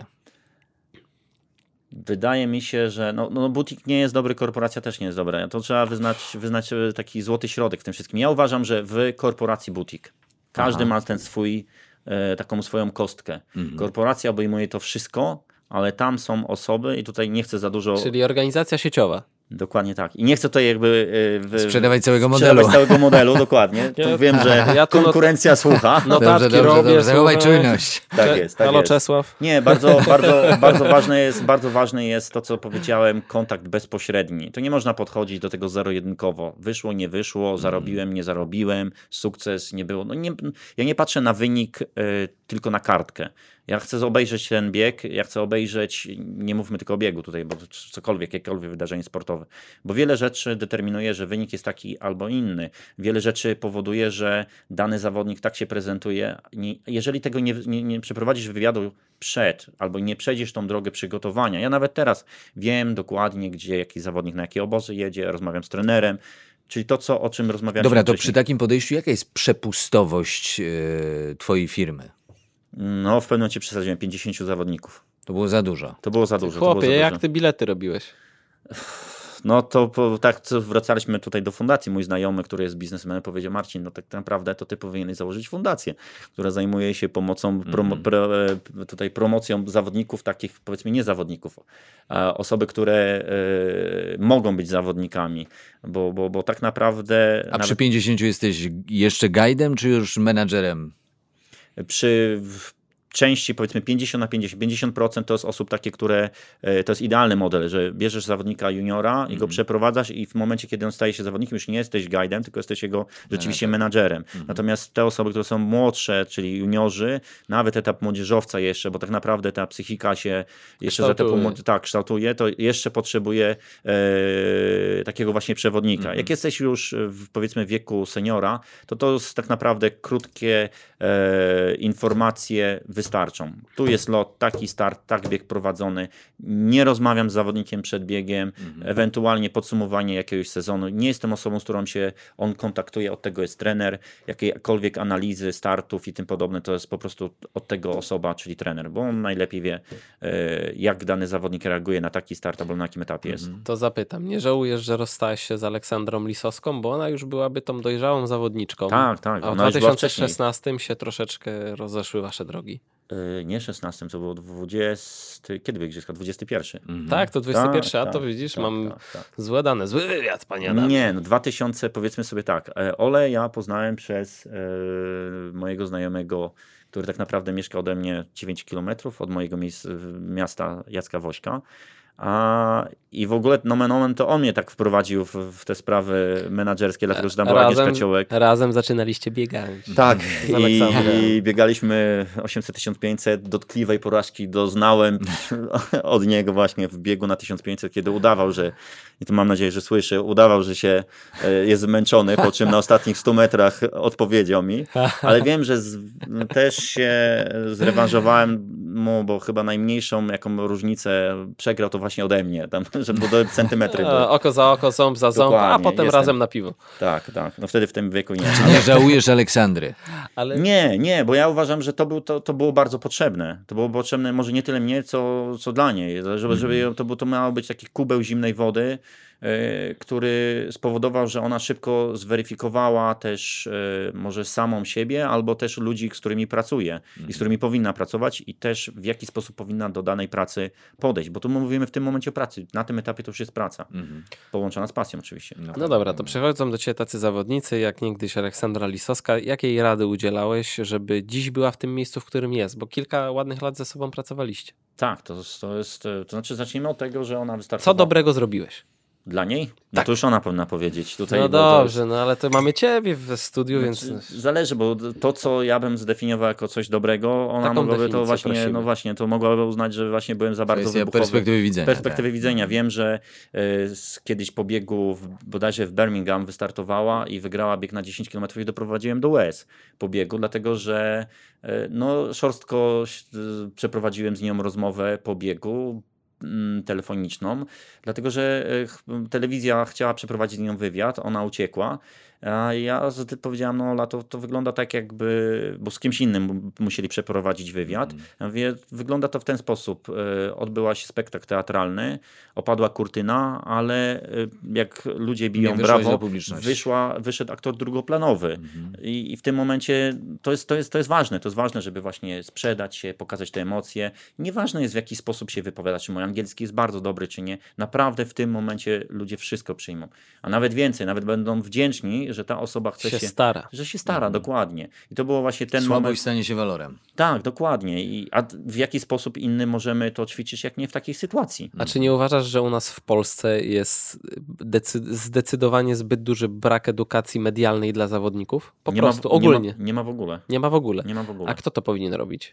Wydaje mi się, że no, no butik nie jest dobry, korporacja też nie jest dobra. To trzeba wyznać, wyznać taki złoty środek w tym wszystkim. Ja uważam, że w korporacji butik każdy Aha. ma ten swój, e, taką swoją kostkę. Mhm. Korporacja obejmuje to wszystko, ale tam są osoby i tutaj nie chcę za dużo... Czyli organizacja sieciowa. Dokładnie tak. I nie chcę tutaj jakby... e, w, Sprzedawać całego sprzedawać modelu. całego modelu, dokładnie. Ja- To wiem, że Ja tu not- konkurencja słucha. Notatki dobrze, dobrze, robię, dobrze. Zachowaj słuchaj. czujność. Tak jest, tak Halo jest. Czesław. Nie, bardzo, bardzo, bardzo, ważne jest, bardzo ważne jest to, co powiedziałem, kontakt bezpośredni. To nie można podchodzić do tego zero-jedynkowo. Wyszło, nie wyszło, zarobiłem, nie zarobiłem, sukces, nie było. No nie, ja nie patrzę na wynik y, tylko na kartkę. Ja chcę obejrzeć ten bieg, ja chcę obejrzeć, nie mówmy tylko o biegu tutaj, bo to cokolwiek, jakiekolwiek wydarzenie sportowe. Bo wiele rzeczy determinuje, że wynik jest taki albo inny. Wiele rzeczy powoduje, że dany zawodnik tak się prezentuje. Nie, jeżeli tego nie, nie, nie przeprowadzisz wywiadu przed, albo nie przejdziesz tą drogę przygotowania. Ja nawet teraz wiem dokładnie, gdzie jaki zawodnik na jakie obozy jedzie, rozmawiam z trenerem. Czyli to, co, o czym rozmawialiśmy Dobra, to wcześniej. przy takim podejściu jaka jest przepustowość e, twojej firmy? No, w pewnym momencie przesadziłem pięćdziesięciu zawodników. To było za dużo. To było za dużo. to było Chłopie, za jak dużo. ty bilety robiłeś? No to po, tak co wracaliśmy tutaj do fundacji. Mój znajomy, który jest biznesmenem, powiedział: Marcin, no tak naprawdę to ty powinieneś założyć fundację, która zajmuje się pomocą, promo, pro, e, tutaj promocją zawodników, takich powiedzmy nie zawodników, a osoby, które e, mogą być zawodnikami, bo, bo, bo tak naprawdę A nawet przy pięćdziesięciu jesteś jeszcze guidem, czy już menadżerem? przy w części powiedzmy pięćdziesiąt na pięćdziesiąt, pięćdziesiąt procent to jest osób takie, które, e, to jest idealny model, że bierzesz zawodnika juniora i go przeprowadzasz i w momencie, kiedy on staje się zawodnikiem, już nie jesteś guidem, tylko jesteś jego rzeczywiście menadżerem. Natomiast te osoby, które są młodsze, czyli juniorzy, nawet etap młodzieżowca jeszcze, bo tak naprawdę ta psychika się jeszcze z etapu Kształtuje. młode- tak, kształtuje, to jeszcze potrzebuje e, takiego właśnie przewodnika. Jak jesteś już w powiedzmy wieku seniora, to to jest tak naprawdę krótkie e, informacje, wystarczające wystarczą. Tu jest lot, taki start, tak bieg prowadzony. Nie rozmawiam z zawodnikiem przed biegiem, mhm. ewentualnie podsumowanie jakiegoś sezonu. Nie jestem osobą, z którą się on kontaktuje, od tego jest trener, jakiekolwiek analizy startów i tym podobne, to jest po prostu od tego osoba, czyli trener, bo on najlepiej wie, jak dany zawodnik reaguje na taki start albo na jakim etapie jest. Mhm. To zapytam, nie żałujesz, że rozstałeś się z Aleksandrą Lisowską, bo ona już byłaby tą dojrzałą zawodniczką. Tak, tak. A w ona dwa tysiące szesnastym się troszeczkę rozeszły wasze drogi. Yy, nie szesnastym, to było dwudziesty. Kiedy była Igrzyska? dwudziesty pierwszy. Mhm. Tak, to dwudziesty pierwszy, tak, a to tak, widzisz, tak, mam tak, tak. złe dane, zły wywiad, panie Adamie. Nie, no dwa tysiące, powiedzmy sobie tak. Ole ja poznałem przez e, mojego znajomego, który tak naprawdę mieszka ode mnie dziewięć kilometrów od mojego miejsc, miasta Jacka Wośka. A, I w ogóle nomen omen to on mnie tak wprowadził w, w te sprawy menadżerskie, dlatego że tam była Agnieszka Ciołek. Razem zaczynaliście biegać. Tak, i, i biegaliśmy osiemset tysiąc pięćset, dotkliwej porażki doznałem od niego właśnie w biegu na tysiąc pięćset, kiedy udawał, że, i to mam nadzieję, że słyszy, udawał, że się jest zmęczony, po czym na ostatnich stu metrach odpowiedział mi, ale wiem, że z, też się zrewanżowałem mu, bo chyba najmniejszą jaką różnicę przegrał to właśnie ode mnie, tam, że było do centymetry. Bo... Oko za oko, ząb za ząb, a potem jestem... razem na piwo. Tak, tak. No wtedy w tym wieku nie. Czy nie żałujesz Aleksandry? Ale... Nie, nie, bo ja uważam, że to, był, to, to było bardzo potrzebne. To było potrzebne może nie tyle mnie, co, co dla niej. Żeby, żeby to, było, to miało być taki kubeł zimnej wody, yy, który spowodował, że ona szybko zweryfikowała też yy, może samą siebie, albo też ludzi, z którymi pracuje i z którymi powinna pracować i też w jaki sposób powinna do danej pracy podejść, bo tu mówimy w tym momencie o pracy. Na tym etapie to już jest praca. Mhm. Połączona z pasją oczywiście. No, no dobra, to przychodzą do ciebie tacy zawodnicy, jak niegdyś Aleksandra Lisowska. Jakiej rady udzielałeś, żeby dziś była w tym miejscu, w którym jest? Bo kilka ładnych lat ze sobą pracowaliście. Tak, to, to jest, to znaczy zacznijmy od tego, że ona wystartowała. Co dobrego zrobiłeś? Dla niej? No tak. to już ona powinna powiedzieć. Tutaj, no dobrze, jest... no ale to mamy ciebie w studiu, znaczy, więc... Zależy, bo to, co ja bym zdefiniował jako coś dobrego, ona Taką mogłaby to właśnie, prosimy. no właśnie, to mogłaby uznać, że właśnie byłem za bardzo Kwestia wybuchowy. perspektywy widzenia. Perspektywy tak. widzenia. Wiem, że y, kiedyś po biegu w, bodajże w Birmingham wystartowała i wygrała bieg na dziesięć kilometrów i doprowadziłem do łez po biegu, dlatego że y, no szorstko y, przeprowadziłem z nią rozmowę po biegu, telefoniczną, dlatego że telewizja chciała przeprowadzić z nią wywiad, ona uciekła, a ja powiedziałam, no Ola, to, to wygląda tak jakby, bo z kimś innym musieli przeprowadzić wywiad. Ja mówię, wygląda to w ten sposób. Odbyła się spektakl teatralny, opadła kurtyna, ale jak ludzie biją brawo, wyszła, wyszedł aktor drugoplanowy. Mhm. I, I w tym momencie to jest, to, jest, to jest ważne. To jest ważne, żeby właśnie sprzedać się, pokazać te emocje. Nieważne jest, w jaki sposób się wypowiada, czy mój angielski jest bardzo dobry, czy nie. Naprawdę w tym momencie ludzie wszystko przyjmą. A nawet więcej, nawet będą wdzięczni, że ta osoba chce się, się stara. Że się stara, mhm. dokładnie. I to było właśnie ten Słabość moment. stanie się walorem. Tak, dokładnie. I, a w jaki sposób inny możemy to ćwiczyć, jak nie w takiej sytuacji? A czy nie uważasz, że u nas w Polsce jest decy- zdecydowanie zbyt duży brak edukacji medialnej dla zawodników? Po nie prostu, ma, ogólnie. Nie ma, nie ma w ogóle. Nie ma w ogóle. Nie ma w ogóle. A kto to powinien robić?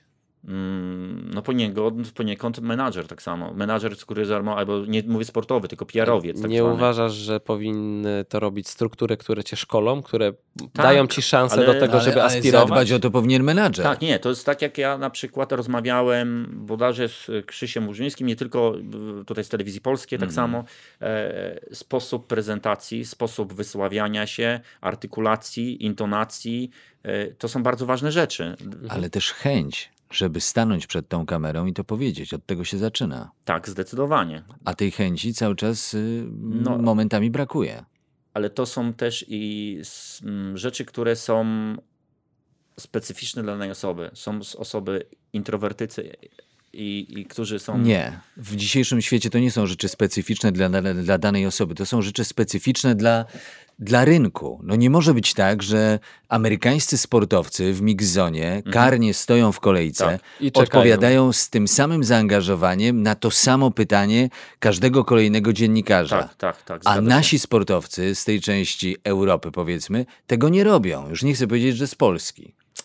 No poniekąd, poniekąd menadżer tak samo. Menadżer, który zarmo, albo nie mówię sportowy, tylko P R owiec. Tak nie zwany. Uważasz, że powinny to robić struktury, które cię szkolą, które tak, dają ci szansę ale, do tego, ale, żeby ale aspirować? zadbać o to powinien menadżer. Tak, nie, to jest tak jak ja na przykład rozmawiałem bodajże z Krzysiem Łużyńskim, nie tylko tutaj z Telewizji Polskiej, tak mm. samo e, sposób prezentacji, sposób wysławiania się, artykulacji, intonacji, e, to są bardzo ważne rzeczy. Ale też chęć, żeby stanąć przed tą kamerą i to powiedzieć. Od tego się zaczyna. Tak, zdecydowanie. A tej chęci cały czas y, no, momentami brakuje. Ale to są też i rzeczy, które są specyficzne dla danej osoby. Są osoby introwertycy i, i którzy są... Nie. W dzisiejszym świecie to nie są rzeczy specyficzne dla, dla, dla danej osoby. To są rzeczy specyficzne dla, dla rynku. No nie może być tak, że amerykańscy sportowcy w mixzonie mhm. karnie stoją w kolejce, tak. I odpowiadają z tym samym zaangażowaniem na to samo pytanie każdego kolejnego dziennikarza. Tak, tak, tak. A nasi sportowcy z tej części Europy, powiedzmy, tego nie robią. Już nie chcę powiedzieć, że z Polski.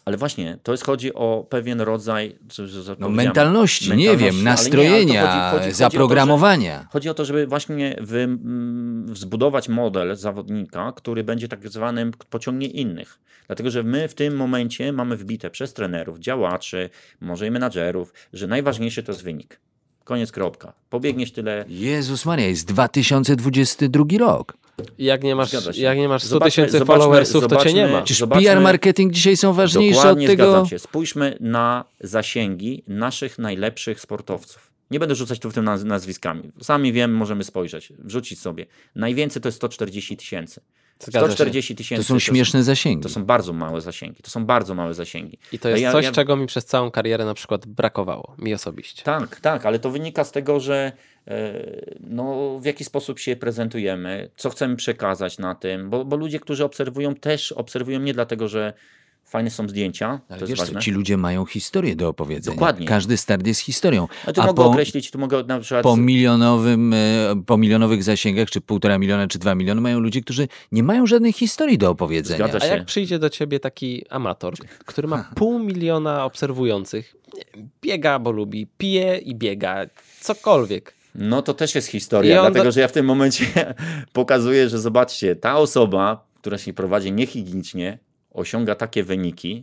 Ale właśnie, to jest, chodzi o pewien rodzaj co, co, co No, mentalności, nie wiem, ale nastrojenia, nie, ale to chodzi, chodzi, zaprogramowania. Chodzi o, to, że, chodzi o to, żeby właśnie wy, m, zbudować model zawodnika, który będzie tak zwanym pociągnie innych. Dlatego, że my w tym momencie mamy wbite przez trenerów, działaczy, może i menadżerów, że najważniejszy to jest wynik. Koniec, kropka. Pobiegniesz tyle... Jezus Maria, jest dwa tysiące dwudziesty drugi rok. Jak nie masz, Zgadza się. jak nie masz sto Zobaczmy- tysięcy zobaczmy- followersów, to cię zobaczmy- nie ma. Czyż Zobaczmy- P R, marketing dzisiaj są ważniejsze Dokładnie, od tego? zgadzam się. Spójrzmy na zasięgi naszych najlepszych sportowców. Nie będę rzucać tu w tym naz- nazwiskami. Sami wiem, możemy spojrzeć, wrzucić sobie. Najwięcej to jest sto czterdzieści tysięcy. Zgadza się. sto czterdzieści tysięcy To są śmieszne zasięgi. To są bardzo małe zasięgi. To są bardzo małe zasięgi. I to jest Ja- coś, ja- czego mi przez całą karierę na przykład brakowało. Mi osobiście. Tak, tak, ale to wynika z tego, że e, no, w jaki sposób się prezentujemy, co chcemy przekazać na tym, bo, bo ludzie, którzy obserwują, też obserwują nie dlatego, że fajne są zdjęcia, Ale to jest wiesz co, ważne. ci ludzie mają historię do opowiedzenia. Dokładnie. Każdy start jest historią. Ja tu A mogę po, określić, tu mogę na przykład... po, milionowym, e, po milionowych zasięgach, czy półtora miliona, czy dwa miliony, mają ludzie, którzy nie mają żadnej historii do opowiedzenia. Zgadza A się. jak przyjdzie do ciebie taki amator, który ma pół miliona obserwujących, nie, biega, bo lubi, pije i biega, cokolwiek. No to też jest historia, I on dlatego do- że ja w tym momencie pokazuję, że zobaczcie, ta osoba, która się prowadzi niehigienicznie, osiąga takie wyniki,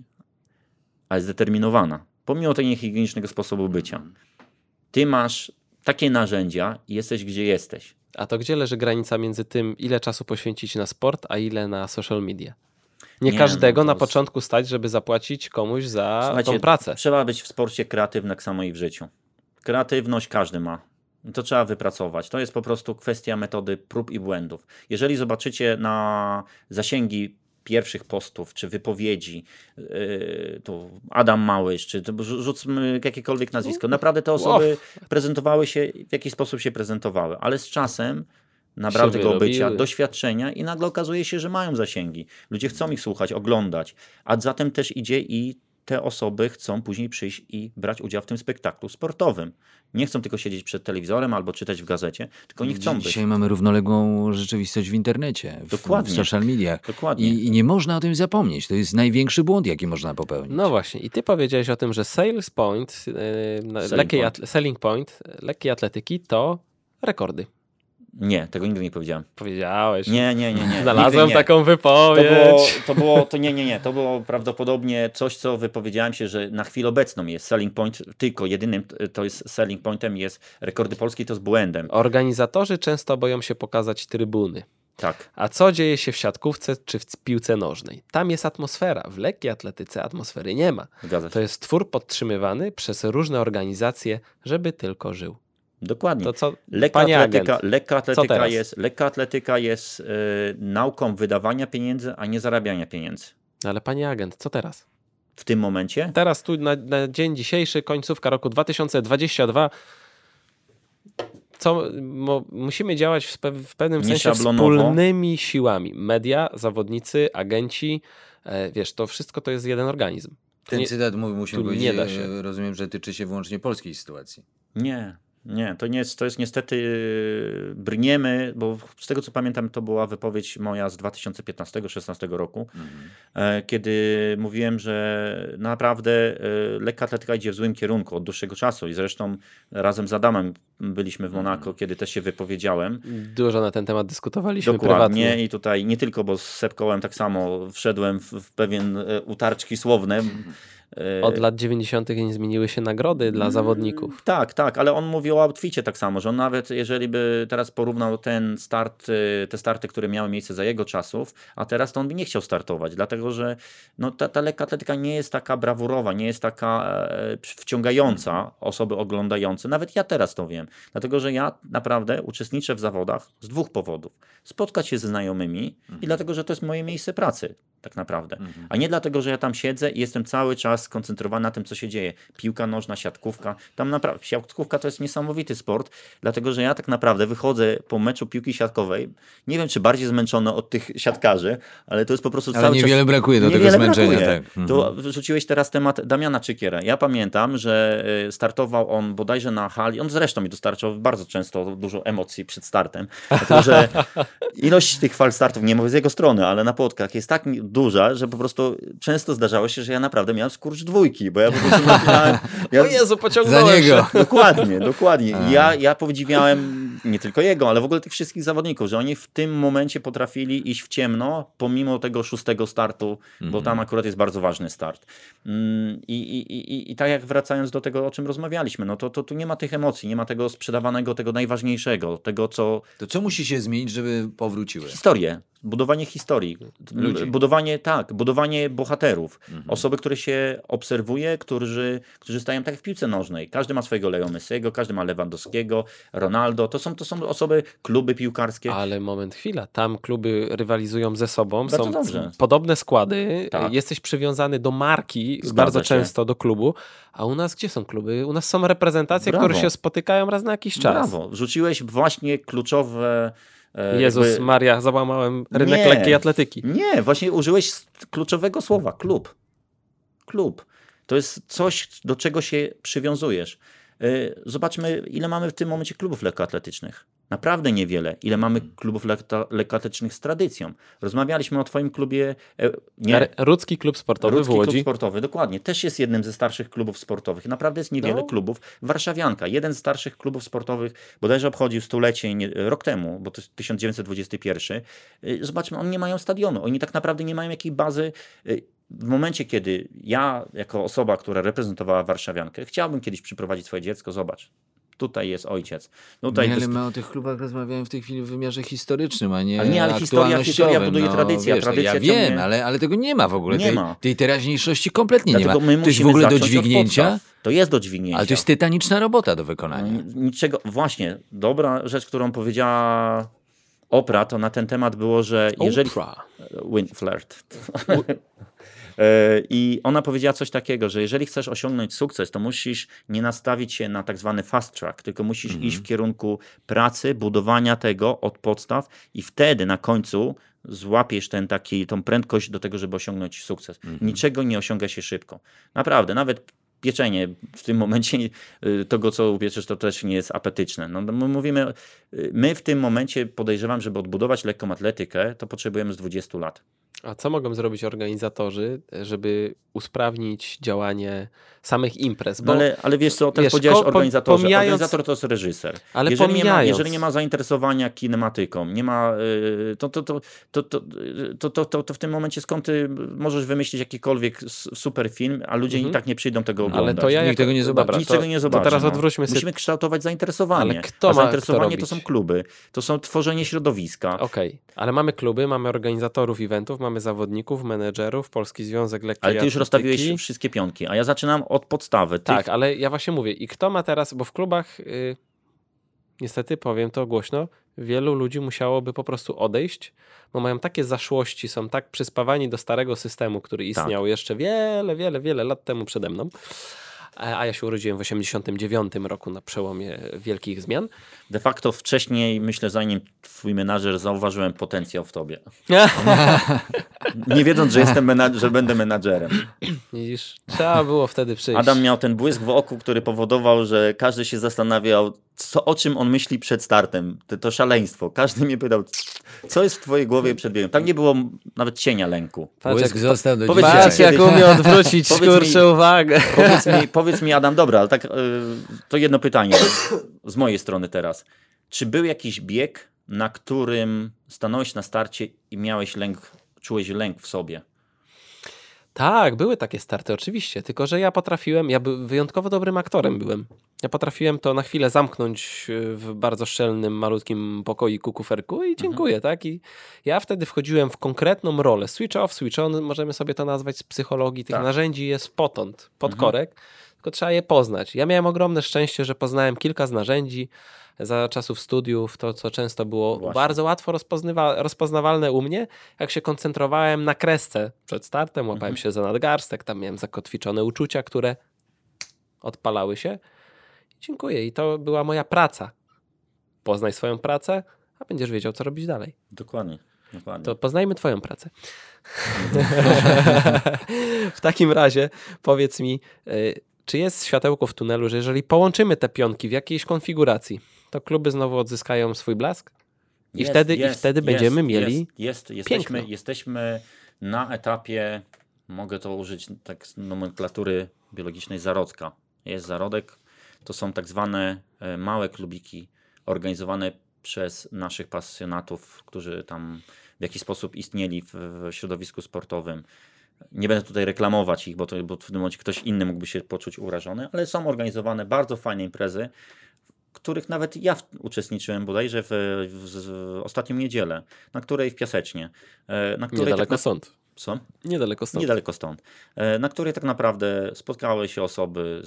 a jest zdeterminowana, pomimo tego niehigienicznego sposobu bycia. Ty masz takie narzędzia i jesteś gdzie jesteś. A to gdzie leży granica między tym, ile czasu poświęcić na sport, a ile na social media? Nie, Nie, każdego no to na jest- początku stać, żeby zapłacić komuś za Słuchajcie, tą pracę. Trzeba być w sporcie kreatywnym, tak samo i w życiu. Kreatywność każdy ma. To trzeba wypracować. To jest po prostu kwestia metody prób i błędów. Jeżeli zobaczycie na zasięgi pierwszych postów, czy wypowiedzi, yy, tu Adam Małysz, czy to rzu- rzucmy jakiekolwiek nazwisko, naprawdę te osoby prezentowały się, w jaki sposób się prezentowały, ale z czasem nabrały Się tego bycia, wyrobiły. doświadczenia i nagle okazuje się, że mają zasięgi. Ludzie chcą ich słuchać, oglądać, a za tym też idzie i te osoby chcą później przyjść i brać udział w tym spektaklu sportowym. Nie chcą tylko siedzieć przed telewizorem albo czytać w gazecie, tylko oni chcą być. Dzisiaj mamy równoległą rzeczywistość w internecie, w, Dokładnie. w social mediach. Dokładnie. I, I nie można o tym zapomnieć. To jest największy błąd, jaki można popełnić. No właśnie, i ty powiedziałeś o tym, że sales point, yy, na- Selling lekkiej point. At- selling point, lekkiej atletyki to rekordy. Nie, tego nigdy nie powiedziałem. Powiedziałeś. Nie, nie, nie, nie. Znalazłem nigdy nie. taką To wypowiedź. było, to było, to nie, nie, nie, to było prawdopodobnie coś, co wypowiedziałem się, że na chwilę obecną jest selling point, tylko jedynym to jest selling pointem jest rekordy polskie, to jest błędem. Organizatorzy często boją się pokazać trybuny. Tak. A co dzieje się w siatkówce czy w piłce nożnej? Tam jest atmosfera. W lekkiej atletyce atmosfery nie ma. Zgadza się. To jest twór podtrzymywany przez różne organizacje, żeby tylko żył. Dokładnie. To co, Lekka panie atletyka, agent, lekka atletyka teraz? jest, lekka atletyka jest y, nauką wydawania pieniędzy, a nie zarabiania pieniędzy. ale panie agent, co teraz? W tym momencie Teraz tu na, na dzień dzisiejszy, końcówka roku dwa tysiące dwudziestego drugiego, co mo, musimy działać w, spe, w pewnym sensie Nieszablonowo. wspólnymi siłami. Media, zawodnicy, agenci, e, wiesz, to wszystko to jest jeden organizm. To Ten nie- cytat, mu- musimy tu powiedzieć, nie da się. e, rozumiem, że tyczy się wyłącznie polskiej sytuacji. nie. Nie, to nie jest, to jest niestety yy, brniemy, bo z tego co pamiętam to była wypowiedź moja z dwa tysiące piętnastego szesnastego roku, e, kiedy mówiłem, że naprawdę e, lekka atletyka idzie w złym kierunku od dłuższego czasu i zresztą razem z Adamem byliśmy w Monako, kiedy też się wypowiedziałem. Dużo na ten temat dyskutowaliśmy Dokładnie prywatnie. i tutaj nie tylko, bo z Sepkołem tak samo wszedłem w, w pewien e, utarczki słowne. E, Od lat dziewięćdziesiątych nie zmieniły się nagrody dla zawodników. Tak, tak, ale on mówi o outficie tak samo, że on nawet jeżeli by teraz porównał ten start, y, te starty, które miały miejsce za jego czasów, a teraz to on by nie chciał startować, dlatego że no, ta, ta lekka atletyka nie jest taka brawurowa, nie jest taka e, wciągająca osoby oglądające. Nawet ja teraz to wiem, dlatego że ja naprawdę uczestniczę w zawodach z dwóch powodów. Spotkać się ze znajomymi i dlatego, że to jest moje miejsce pracy tak naprawdę, a nie dlatego, że ja tam siedzę i jestem cały czas skoncentrowany na tym, co się dzieje. Piłka nożna, siatkówka, tam naprawdę, siatkówka to jest niesamowite. niesamowity sport, dlatego że ja tak naprawdę wychodzę po meczu piłki siatkowej, nie wiem czy bardziej zmęczony od tych siatkarzy, ale to jest po prostu Ale cały niewiele czas... brakuje do niewiele tego zmęczenia. brakuje. Tak. Mhm. To rzuciłeś teraz temat Damiana Czykierę. Ja pamiętam, że y, startował on bodajże na hali, on zresztą mi dostarczał bardzo często dużo emocji przed startem, dlatego że ilość tych fal startów, nie mówię z jego strony, ale na płotkach jest tak duża, że po prostu często zdarzało się, że ja naprawdę miałem skurcz dwójki, bo ja po prostu napinałem... Ja... O Jezu, Za pociągnąłem niego. się. Dokładnie, dokładnie. I ja, ja podziwiałem nie tylko jego, ale w ogóle tych wszystkich zawodników, że oni w tym momencie potrafili iść w ciemno, pomimo tego szóstego startu, bo tam akurat jest bardzo ważny start. Mm, I, i, i, i tak jak wracając do tego, o czym rozmawialiśmy, no to, to tu nie ma tych emocji, nie ma tego sprzedawanego, tego najważniejszego, tego co... To co musi się zmienić, żeby powróciły? Historię. Budowanie historii. Ludzi. Budowanie, tak, budowanie bohaterów. Osoby, które się obserwuje, którzy, którzy stają tak jak w piłce nożnej. Każdy ma swojego Leo Messiego, każdy ma Lewandowskiego, Ronaldo. To są, to są osoby, kluby piłkarskie. Ale moment, chwila. Tam kluby rywalizują ze sobą, Bardzo są dobrze. podobne składy, Tak. jesteś przywiązany do marki, Zgadza bardzo się. często do klubu, a u nas gdzie są kluby? U nas są reprezentacje, Brawo. które się spotykają raz na jakiś czas. Brawo. Wrzuciłeś właśnie kluczowe... e, Jezus jakby- Maria, załamałem rynek Nie. lekkiej atletyki. Nie, właśnie użyłeś s- kluczowego słowa. Klub. Klub. To jest coś, do czego się przywiązujesz. Yy, Zobaczmy, ile mamy w tym momencie klubów lekkoatletycznych. Naprawdę niewiele. Ile mamy klubów lekko- lekkoatletycznych z tradycją. Rozmawialiśmy o twoim klubie... e, Nie, R- Rudzki Klub Sportowy Rudzki w Łodzi. Klub Sportowy, dokładnie. Też jest jednym ze starszych klubów sportowych. Naprawdę jest niewiele No. klubów. Warszawianka, jeden z starszych klubów sportowych, bodajże obchodził stulecie nie, rok temu, bo to jest tysiąc dziewięćset dwudziesty pierwszy. Y, Zobaczmy, oni nie mają stadionu. Oni tak naprawdę nie mają jakiej bazy. Y, W momencie, kiedy ja, jako osoba, która reprezentowała Warszawiankę, chciałbym kiedyś przyprowadzić swoje dziecko, zobacz. Tutaj jest ojciec. Tutaj Nie, to ale jest... my o tych klubach rozmawiamy w tej chwili w wymiarze historycznym, a nie Ale nie, ale historia- historia aktualnościowym. buduje tradycję, a wiesz, tradycja Ja wiem, ciągnie- ale, ale tego nie ma w ogóle. Nie tej, ma. tej teraźniejszości kompletnie nie Dlatego ma. my To jest w musimy ogóle do zacząć od dźwignięcia, podstaw. To jest do dźwignięcia. ale to jest tytaniczna robota do wykonania. No, niczego, właśnie, dobra rzecz, którą powiedziała Oprah, to na ten temat było, że jeżeli... Oprah. Win flirt. E, I ona powiedziała coś takiego, że jeżeli chcesz osiągnąć sukces, to musisz nie nastawić się na tak zwany fast track, tylko musisz Mhm. iść w kierunku pracy, budowania tego od podstaw i wtedy na końcu złapiesz ten taki, tą prędkość do tego, żeby osiągnąć sukces. Mhm. Niczego nie osiąga się szybko. Naprawdę, nawet pieczenie w tym momencie y, tego, co upieczesz, to też nie jest apetyczne. No, my mówimy, y, my w tym momencie podejrzewam, żeby odbudować lekką atletykę, to potrzebujemy z dwudziestu lat. A co mogą zrobić organizatorzy, żeby usprawnić działanie samych imprez? No Bo ale, ale wiesz co, też wiesz, powiedziałeś ko- po- organizatorze. pomijając- Organizator to jest reżyser. Ale jeżeli, nie ma, pomijając- jeżeli nie ma zainteresowania kinematyką, nie ma, y, to, to, to, to, to, to, to, to, to w tym momencie skąd ty możesz wymyślić jakikolwiek s- super film, a ludzie Mhm. i tak nie przyjdą tego ale oglądać. to ja Nikt jako, tego nie zobaczy. Dobra, Nic to, tego nie zobaczy. To teraz no. odwróćmy się. Musimy kształtować zainteresowanie. Ale kto a ma zainteresowanie to to są robić? kluby, to są tworzenie środowiska. Okej, ale mamy kluby, mamy organizatorów eventów, mamy zawodników, menedżerów, Polski Związek Lekkiej Ale ty już Atletyki. rozstawiłeś wszystkie pionki, a ja zaczynam od podstawy. Tych, Tak, ale ja właśnie mówię, i kto ma teraz, bo w klubach, y, niestety powiem to głośno, wielu ludzi musiałoby po prostu odejść, bo mają takie zaszłości, są tak przyspawani do starego systemu, który istniał jeszcze wiele, wiele, wiele lat temu przede mną. A a ja się urodziłem w osiemdziesiątym dziewiątym roku na przełomie wielkich zmian. De facto wcześniej, myślę, zanim twój menadżer, zauważyłem potencjał w tobie. Nie wiedząc, że jestem menadż- że będę menadżerem. Widzisz, trzeba było wtedy przyjść. Adam miał ten błysk w oku, który powodował, że każdy się zastanawiał, co, o czym on myśli przed startem. To, to szaleństwo. Każdy mnie pytał, co jest w twojej głowie przed biegiem. Tam nie było nawet cienia lęku. Patrz, Błysk jak, został do powiedz- dzisiaj. patrz jak kiedyś- umie odwrócić, Powiedz kurczę, mi- uwagę. Powiedz mi, powiedz mi Adam, dobra, ale tak yy, to jedno pytanie z mojej strony teraz. Czy był jakiś bieg, na którym stanąłeś na starcie i miałeś lęk, czułeś lęk w sobie? Tak, były takie starty oczywiście, tylko że ja potrafiłem, ja by, wyjątkowo dobrym aktorem byłem. Ja potrafiłem to na chwilę zamknąć y, w bardzo szczelnym, malutkim pokoiku, kuferku i dziękuję, tak? I ja wtedy wchodziłem w konkretną rolę. Switch off, switch on, możemy sobie to nazwać z psychologii. Tych Tak. narzędzi jest potąd, podkorek, tylko trzeba je poznać. Ja miałem ogromne szczęście, że poznałem kilka z narzędzi za czasów studiów, to co często było Właśnie. bardzo łatwo rozpoznywa- rozpoznawalne u mnie, jak się koncentrowałem na kresce przed startem, łapałem się za nadgarstek, tam miałem zakotwiczone uczucia, które odpalały się. Dziękuję i to była moja praca. Poznaj swoją pracę, a będziesz wiedział, co robić dalej. Dokładnie. Dokładnie. To poznajmy twoją pracę. W takim razie powiedz mi, y, czy jest światełko w tunelu, że jeżeli połączymy te pionki w jakiejś konfiguracji, to kluby znowu odzyskają swój blask? I Jest, wtedy, jest, i wtedy jest, będziemy jest, mieli Jest, jesteśmy, piękno. jesteśmy na etapie, mogę to użyć tak z nomenklatury biologicznej, zarodka. Jest zarodek, to są tak zwane e, małe klubiki organizowane przez naszych pasjonatów, którzy tam w jakiś sposób istnieli w, w środowisku sportowym. Nie będę tutaj reklamować ich, bo, to, bo w tym momencie ktoś inny mógłby się poczuć urażony, ale są organizowane bardzo fajne imprezy, w których nawet ja w- uczestniczyłem bodajże w, w, w ostatnią niedzielę, na której w Piasecznie. e, Na której Niedaleko tak na, stąd. co? Niedaleko stąd. Niedaleko stąd. E, Na której tak naprawdę spotkały się osoby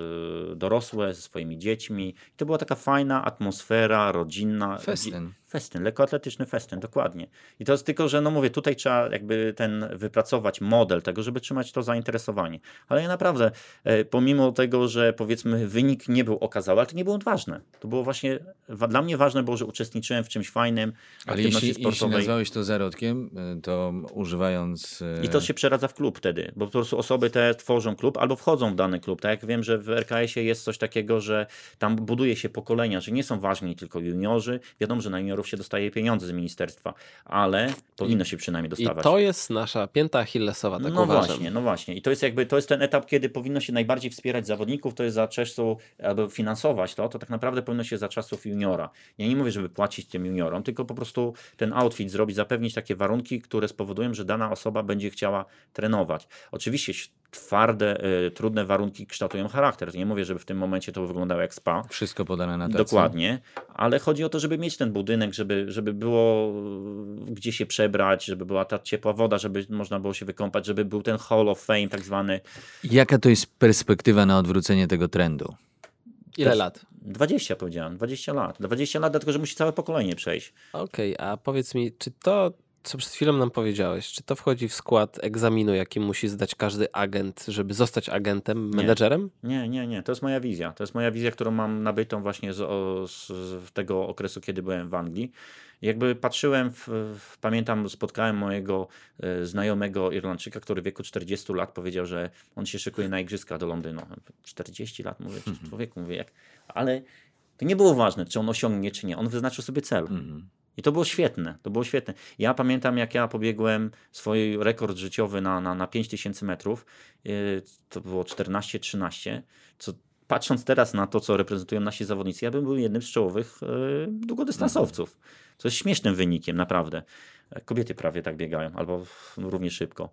z, dorosłe ze swoimi dziećmi. I to była taka fajna atmosfera rodzinna. Festyn. Festyn, lekkoatletyczny festyn, dokładnie. I to jest tylko, że no mówię, tutaj trzeba jakby ten wypracować model tego, żeby trzymać to zainteresowanie. Ale ja naprawdę, e, pomimo tego, że powiedzmy wynik nie był okazały, ale to nie było ważne. To było właśnie, wa- dla mnie ważne było, że uczestniczyłem w czymś fajnym, Ale aktywności jeśli, jeśli sportowej. nazwałeś to zarodkiem, y, to używając... y, I to się przeradza w klub wtedy, bo po prostu osoby te tworzą klub albo wchodzą w dany klub. Tak jak wiem, że w R K S-ie jest coś takiego, że tam buduje się pokolenia, że nie są ważni tylko juniorzy. Wiadomo, że na juniorów się dostaje pieniądze z ministerstwa, ale powinno się przynajmniej I dostawać. to jest nasza pięta achillesowa, tak No uważam. właśnie, no właśnie. I to jest jakby, to jest ten etap, kiedy powinno się najbardziej wspierać zawodników, to jest za czasu, albo finansować to, to tak naprawdę powinno się za czasów juniora. Ja nie mówię, żeby płacić tym juniorom, tylko po prostu ten outfit zrobić, zapewnić takie warunki, które spowodują, że dana osoba będzie chciała trenować. Oczywiście ś- twarde, y, trudne warunki kształtują charakter. Nie mówię, żeby w tym momencie to wyglądało jak spa. Wszystko podane na tacy. Dokładnie, ale chodzi o to, żeby mieć ten budynek, żeby, żeby było y, gdzie się przebrać, żeby była ta ciepła woda, żeby można było się wykąpać, żeby był ten Hall of Fame tak zwany. Jaka to jest perspektywa na odwrócenie tego trendu? Ile lat? dwadzieścia powiedziałem, dwadzieścia lat. dwadzieścia lat, dlatego że musi całe pokolenie przejść. Okej, a powiedz mi, czy to, co przed chwilą nam powiedziałeś, czy to wchodzi w skład egzaminu, jaki musi zdać każdy agent, żeby zostać agentem, Nie. menedżerem? Nie, nie, nie. To jest moja wizja. To jest moja wizja, którą mam nabytą właśnie z, o, z, z tego okresu, kiedy byłem w Anglii. Jakby patrzyłem, w, w, pamiętam, spotkałem mojego e, znajomego Irlandczyka, który w wieku czterdziestu lat powiedział, że on się szykuje na igrzyska do Londynu. czterdzieści lat, mówię, czy człowieku, mówię, jak. Ale to nie było ważne, czy on osiągnie, czy nie. On wyznaczył sobie cel. I to było świetne, to było świetne. Ja pamiętam, jak ja pobiegłem swój rekord życiowy na, na, na pięć tysięcy metrów, yy, to było czternaście trzynaście, co patrząc teraz na to, co reprezentują nasi zawodnicy, ja bym był jednym z czołowych yy, długodystansowców. Co jest śmiesznym wynikiem, naprawdę. Kobiety prawie tak biegają, albo no, równie szybko.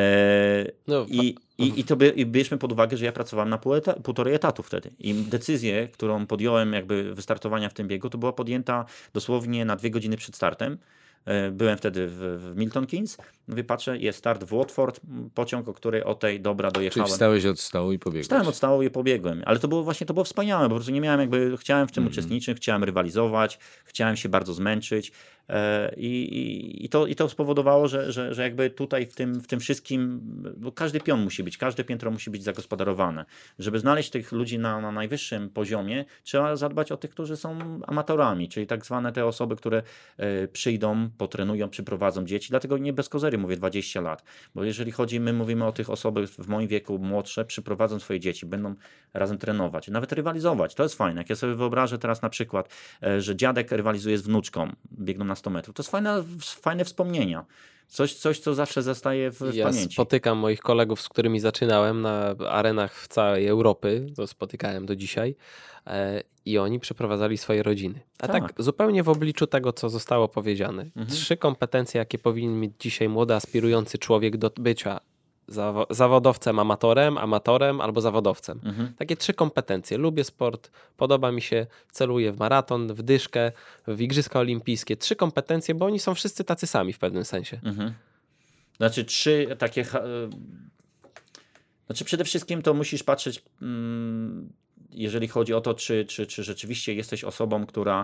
E, No, i, i, i to by, i bierzmy pod uwagę, że ja pracowałem na pół eta, półtorej etatu wtedy. I decyzję, którą podjąłem jakby wystartowania w tym biegu, to była podjęta dosłownie na dwie godziny przed startem. E, byłem wtedy w, w Milton Keynes. Mówię, patrzę, jest start w Watford, pociąg, o której o tej dobra Czyli dojechałem. wstałeś od stołu i pobiegłeś. Wstałem od stołu i pobiegłem, ale to było właśnie, to było wspaniałe, bo po prostu nie miałem jakby, chciałem w tym uczestniczyć, chciałem rywalizować, chciałem się bardzo zmęczyć e, i, i, i, to, i to spowodowało, że, że, że jakby tutaj w tym, w tym wszystkim, bo każdy pion musi być, każde piętro musi być zagospodarowane. Żeby znaleźć tych ludzi na, na najwyższym poziomie, trzeba zadbać o tych, którzy są amatorami, czyli tak zwane te osoby, które e, przyjdą, potrenują, przyprowadzą dzieci, dlatego nie bez kozery mówię dwadzieścia lat, bo jeżeli chodzi, my mówimy o tych osobach w moim wieku młodsze, przyprowadzą swoje dzieci, będą razem trenować, nawet rywalizować, to jest fajne. Jak ja sobie wyobrażę teraz na przykład, e, że dziadek rywalizuje z wnuczką, biegną na sto metrów, to jest fajne, fajne wspomnienia. Coś, coś, co zawsze zostaje w, w Ja pamięci. spotykam moich kolegów, z którymi zaczynałem na arenach w całej Europy, to spotykałem do dzisiaj, e, i oni przeprowadzali swoje rodziny. A tak. Tak. zupełnie w obliczu tego, co zostało powiedziane. Mhm. Trzy kompetencje, jakie powinien mieć dzisiaj młody, aspirujący człowiek do bycia zawo- zawodowcem, amatorem, amatorem albo zawodowcem. Mhm. Takie trzy kompetencje. Lubię sport, podoba mi się, celuję w maraton, w dyszkę, w Igrzyska Olimpijskie. Trzy kompetencje, bo oni są wszyscy tacy sami w pewnym sensie. Mhm. Znaczy trzy takie... cha- e, Znaczy przede wszystkim to musisz patrzeć, mm, jeżeli chodzi o to, czy, czy, czy rzeczywiście jesteś osobą, która...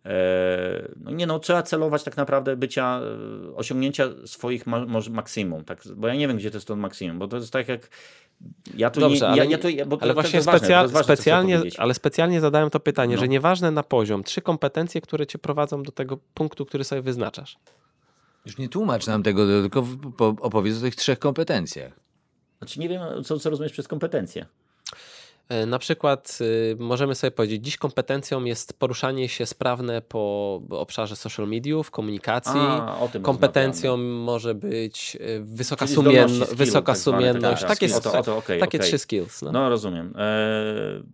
e, No nie no, trzeba celować tak naprawdę bycia, e, osiągnięcia swoich ma, może maksimum, tak? Bo ja nie wiem, gdzie to jest to maksimum, bo to jest tak jak... Ja tu Dobrze, nie, ale, ja, nie, ja tu, ja, bo to, ale to właśnie jest ważne, specjal, to jest ważne, co chcę specjalnie, powiedzieć. ale specjalnie zadałem to pytanie, No. że nieważne na poziom, trzy kompetencje, które cię prowadzą do tego punktu, który sobie wyznaczasz. Już nie tłumacz nam tego, tylko w- po- opowiedz o tych trzech kompetencjach. Znaczy nie wiem, co, co rozumiesz przez kompetencje. E, Na przykład y, możemy sobie powiedzieć, dziś kompetencją jest poruszanie się sprawne po obszarze social mediów, komunikacji. A, o tym Kompetencją rozmawiamy. może być y, wysoka, Czyli sumienno, zdolności, skill, wysoka tak zwane, sumienność. tak, Takie, skill. O to- o to, okej, takie okej. trzy skills. No. No rozumiem. Eee,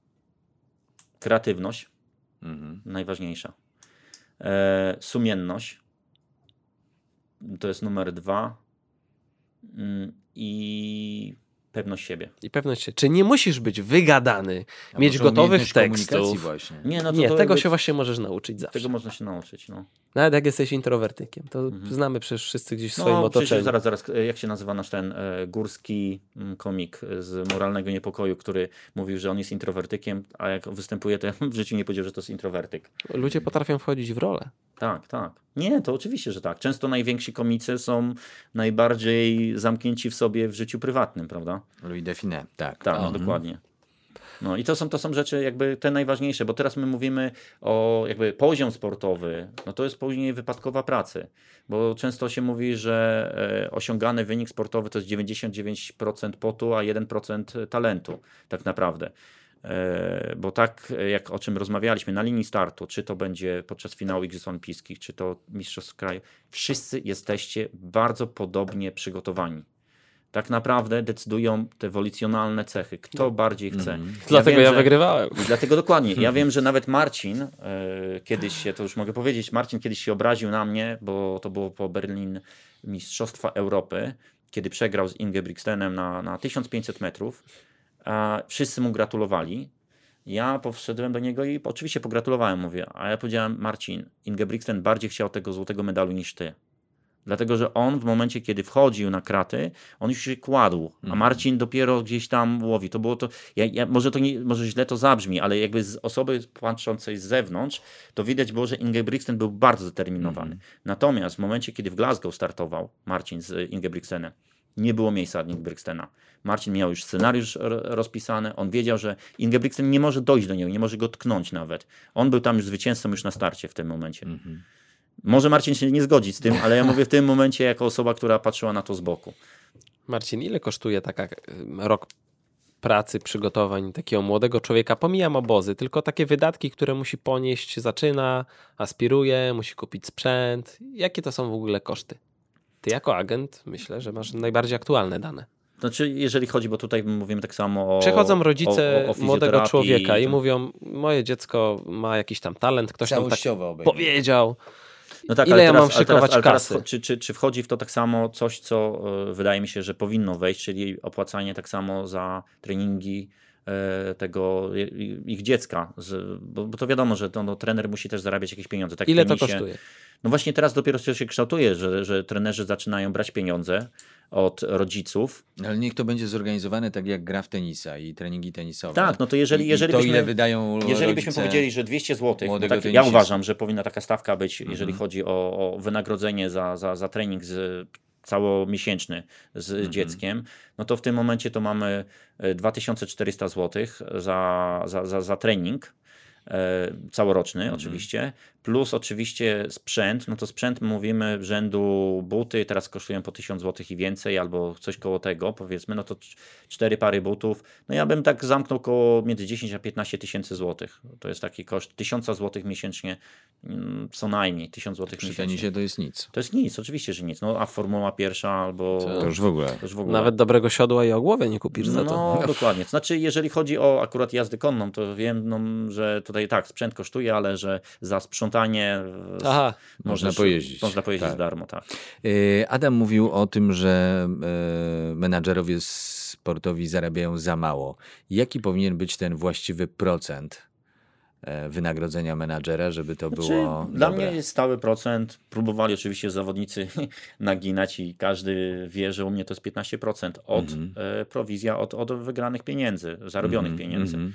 kreatywność, Mhm. najważniejsza. Eee, sumienność, to jest numer dwa. Mm, I pewność siebie. I pewność się. Czy nie musisz być wygadany, A mieć może gotowych umiejętność tekstów? komunikacji właśnie. Nie, no to Nie, to tego jakby- się właśnie możesz nauczyć zawsze. Tego można się nauczyć. No. Nawet jak jesteś introwertykiem, to Mhm. znamy przecież wszyscy gdzieś w swoim No, przecież otoczeniu. zaraz, zaraz, e, jak się nazywa nasz ten e, górski mm, komik z Moralnego Niepokoju, który mówił, że on jest introwertykiem, a jak występuje, to ja w życiu nie powiedział, że to jest introwertyk. Ludzie potrafią wchodzić w rolę. Tak, tak. Nie, to oczywiście, że tak. Często najwięksi komicy są najbardziej zamknięci w sobie w życiu prywatnym, prawda? Louis Define, tak. Tak, no, Mhm. dokładnie. No i to są, to są rzeczy jakby te najważniejsze, bo teraz my mówimy o jakby poziom sportowy, no to jest później wypadkowa pracy, bo często się mówi, że e, osiągany wynik sportowy to jest dziewięćdziesiąt dziewięć procent potu, a jeden procent talentu tak naprawdę. E, Bo tak jak o czym rozmawialiśmy na linii startu, czy to będzie podczas finału Igrzysk Olimpijskich, czy to Mistrzostw Kraju, wszyscy jesteście bardzo podobnie przygotowani. Tak naprawdę decydują te wolicjonalne cechy. Kto bardziej chce. Mhm. Dlatego wiem, ja że- wygrywałem. I dlatego dokładnie. Ja wiem, że nawet Marcin e, kiedyś się, to już mogę powiedzieć, Marcin kiedyś się obraził na mnie, bo to było po Berlin Mistrzostwa Europy, kiedy przegrał z Ingebrigtsenem na, na tysiąc pięćset metrów. A wszyscy mu gratulowali. Ja podszedłem do niego i oczywiście pogratulowałem, mówię. A ja powiedziałem, Marcin, Ingebrigtsen bardziej chciał tego złotego medalu niż ty. Dlatego, że on w momencie, kiedy wchodził na kraty, on już się kładł, a Marcin dopiero gdzieś tam łowi. To było to, ja, ja, może to nie, może źle to zabrzmi, ale jakby z osoby patrzącej z zewnątrz, to widać było, że Ingebrigtsen był bardzo zdeterminowany. Natomiast w momencie, kiedy w Glasgow startował Marcin z Ingebrigtsenem, nie było miejsca dla Ingebrigtsena. Marcin miał już scenariusz ro- rozpisany, on wiedział, że Ingebrigtsen nie może dojść do niego, nie może go tknąć nawet. On był tam już zwycięzcą już na starcie w tym momencie. Może Marcin się nie zgodzi z tym, ale ja mówię w tym momencie jako osoba, która patrzyła na to z boku. Marcin, ile kosztuje taka y, rok pracy, przygotowań takiego młodego człowieka? Pomijam obozy, tylko takie wydatki, które musi ponieść, zaczyna, aspiruje, musi kupić sprzęt. Jakie to są w ogóle koszty? Ty jako agent myślę, że masz najbardziej aktualne dane. Znaczy, jeżeli chodzi, bo tutaj mówimy tak samo o Przychodzą rodzice o, o, o młodego fizjoterapii człowieka i to- mówią, moje dziecko ma jakiś tam talent, ktoś tam tak Całościowe obejście. powiedział. No tak, Ile ale ja teraz, mam ale teraz, szykować ale teraz, kasy? wcho- czy, czy, czy wchodzi w to tak samo coś, co e, wydaje mi się, że powinno wejść, czyli opłacanie tak samo za treningi e, tego i- ich dziecka, z, bo, bo to wiadomo, że to, no, trener musi też zarabiać jakieś pieniądze. Tak w Ile to tenisie. kosztuje? No właśnie teraz dopiero się kształtuje, że, że trenerzy zaczynają brać pieniądze od rodziców. Ale niech to będzie zorganizowane tak jak gra w tenisa i treningi tenisowe. Tak, no to jeżeli, I, jeżeli i to byśmy, ile wydają Jeżeli byśmy rodzice... powiedzieli, że dwieście złotych, bo młodego tak, ja tenisisty. uważam, że powinna taka stawka być, jeżeli Mhm. chodzi o, o wynagrodzenie za, za, za trening z, całomiesięczny z Mhm. dzieckiem, no to w tym momencie to mamy e, dwa tysiące czterysta złotych za, za, za, za trening. E, całoroczny Mhm. oczywiście, plus oczywiście sprzęt, no to sprzęt mówimy rzędu buty, teraz kosztują po tysiąc złotych i więcej, albo coś koło tego powiedzmy, no to cz- cztery pary butów, no ja bym tak zamknął koło między dziesięć a piętnaście tysięcy złotych, to jest taki koszt tysiąc złotych miesięcznie, mm, co najmniej tysiąc złotych Przy miesięcznie. tenisie to jest nic. To jest nic, oczywiście, że nic, no a formuła pierwsza albo... To To już w ogóle. to już w ogóle. Nawet dobrego siodła i ogłowia nie kupisz za to. No, dokładnie. To znaczy, jeżeli chodzi o akurat jazdę konną, to wiem, no, że tutaj tak, sprzęt kosztuje, ale że za sprzątanie e, Aha, Można możesz- pojeździć. Można pojeździć Tak. za darmo, tak. Y, Adam mówił o tym, że y, menadżerowie sportowi zarabiają za mało. Jaki powinien być ten właściwy procent e, wynagrodzenia menadżera, żeby to Znaczy, było dla dobre? mnie jest stały procent. Próbowali oczywiście zawodnicy naginać i każdy wie, że u mnie to jest piętnaście procent od Mhm. e, prowizja, od, od wygranych pieniędzy, zarobionych Mhm, pieniędzy. mhm.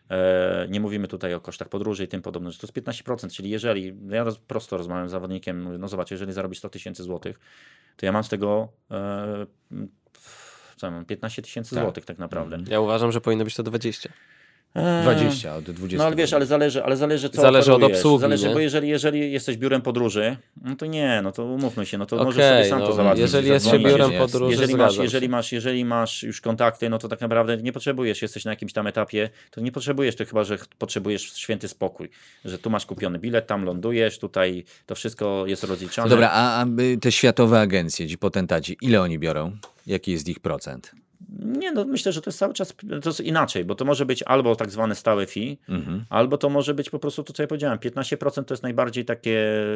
E, nie mówimy tutaj o kosztach podróży i tym podobne, że to jest piętnaście procent, czyli jeżeli, ja roz, prosto rozmawiam z zawodnikiem, mówię, no zobacz, jeżeli zarobisz sto tysięcy złotych, to ja mam z tego e, co ja mam, piętnaście tysięcy Tak. złotych tak naprawdę. Ja uważam, że powinno być to dwadzieścia. Eee, dwadzieścia od dwudziestu. No ale wiesz, ale zależy, ale zależy co Zależy od oferujesz. obsługi, Zależy, nie? bo jeżeli, jeżeli jesteś biurem podróży, no to nie, no to umówmy się, no to Okej, możesz sobie sam no, to załatwić. jeżeli jest się zadzwonić. biurem jest. podróży, jeżeli masz, zgadzam jeżeli się. masz, jeżeli masz już kontakty, no to tak naprawdę nie potrzebujesz, jesteś na jakimś tam etapie, to nie potrzebujesz, to chyba, że ch- potrzebujesz święty spokój, że tu masz kupiony bilet, tam lądujesz, tutaj to wszystko jest rozliczane. Dobra, a, a y, te światowe agencje, ci potentaci, ile oni biorą? Jaki jest ich procent? Nie, no myślę, że to jest cały czas to jest inaczej, bo to może być albo tak zwane stałe fee, Mhm. albo to może być po prostu to, co ja powiedziałem. piętnaście procent to jest najbardziej takie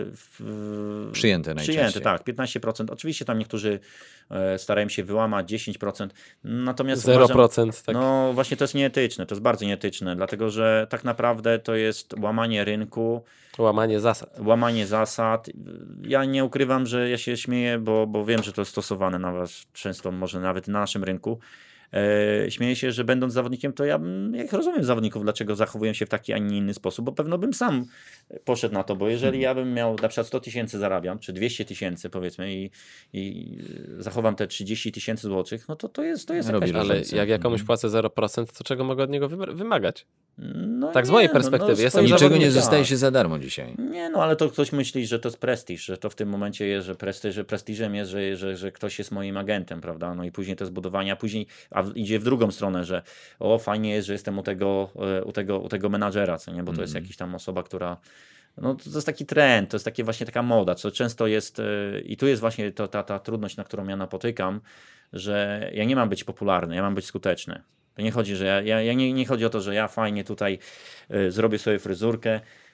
w, Przyjęte najczęściej. Przyjęte, tak, piętnaście procent. Oczywiście tam niektórzy e, starają się wyłamać dziesięć procent, natomiast zero uważam, procent, tak. no właśnie to jest nieetyczne, to jest bardzo nieetyczne, dlatego że tak naprawdę to jest łamanie rynku, Łamanie zasad. łamanie zasad. Ja nie ukrywam, że ja się śmieję, bo, bo wiem, że to jest stosowane na was często, może nawet na naszym rynku. E, śmieję się, że będąc zawodnikiem, to ja bym- jak rozumiem zawodników, dlaczego zachowują się w taki, a nie inny sposób, bo pewno bym sam poszedł na to, bo jeżeli ja bym miał na przykład sto tysięcy zarabiam, czy dwieście tysięcy powiedzmy i, i zachowam te trzydzieści tysięcy złotych, no to to jest, to jest Robi jakaś Ale różnicę. jak ja komuś Mhm. płacę zero procent, to czego mogę od niego wyma- wymagać? No Tak z nie, mojej no, perspektywy, no, jestem swoim Niczego nie zawodnika. zostaje się za darmo dzisiaj. Nie, no ale to ktoś myśli, że to jest prestiż, że to w tym momencie jest, że prestiż, że prestiżem jest, że, że, że ktoś jest moim agentem, prawda? No i później to jest budowanie, a później a w- idzie w drugą stronę, że o, fajnie jest, że jestem u tego, e, u tego, u tego menadżera, co nie? Bo to jest jakiś tam osoba, która no to, to jest taki trend, to jest takie właśnie taka moda, co często jest e, i tu jest właśnie to, ta, ta trudność, na którą ja napotykam, że ja nie mam być popularny, ja mam być skuteczny. To nie chodzi, że ja, ja, ja nie, nie chodzi o to, że ja fajnie tutaj e, zrobię sobie fryzurkę.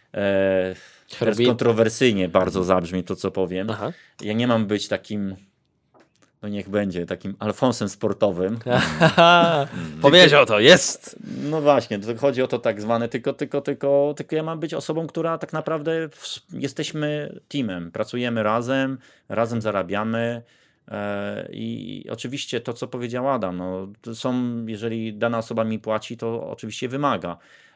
E, teraz Robi- kontrowersyjnie bardzo zabrzmi to, co powiem. Aha. Ja nie mam być takim, no niech będzie, takim Alfonsem sportowym. Powiedział to, jest! No właśnie, to chodzi o to tak zwane, tylko, tylko, tylko, tylko ja mam być osobą, która tak naprawdę w, jesteśmy teamem, pracujemy razem, razem zarabiamy. E, I oczywiście to, co powiedział Adam, no, to są, jeżeli dana osoba mi płaci, to oczywiście wymaga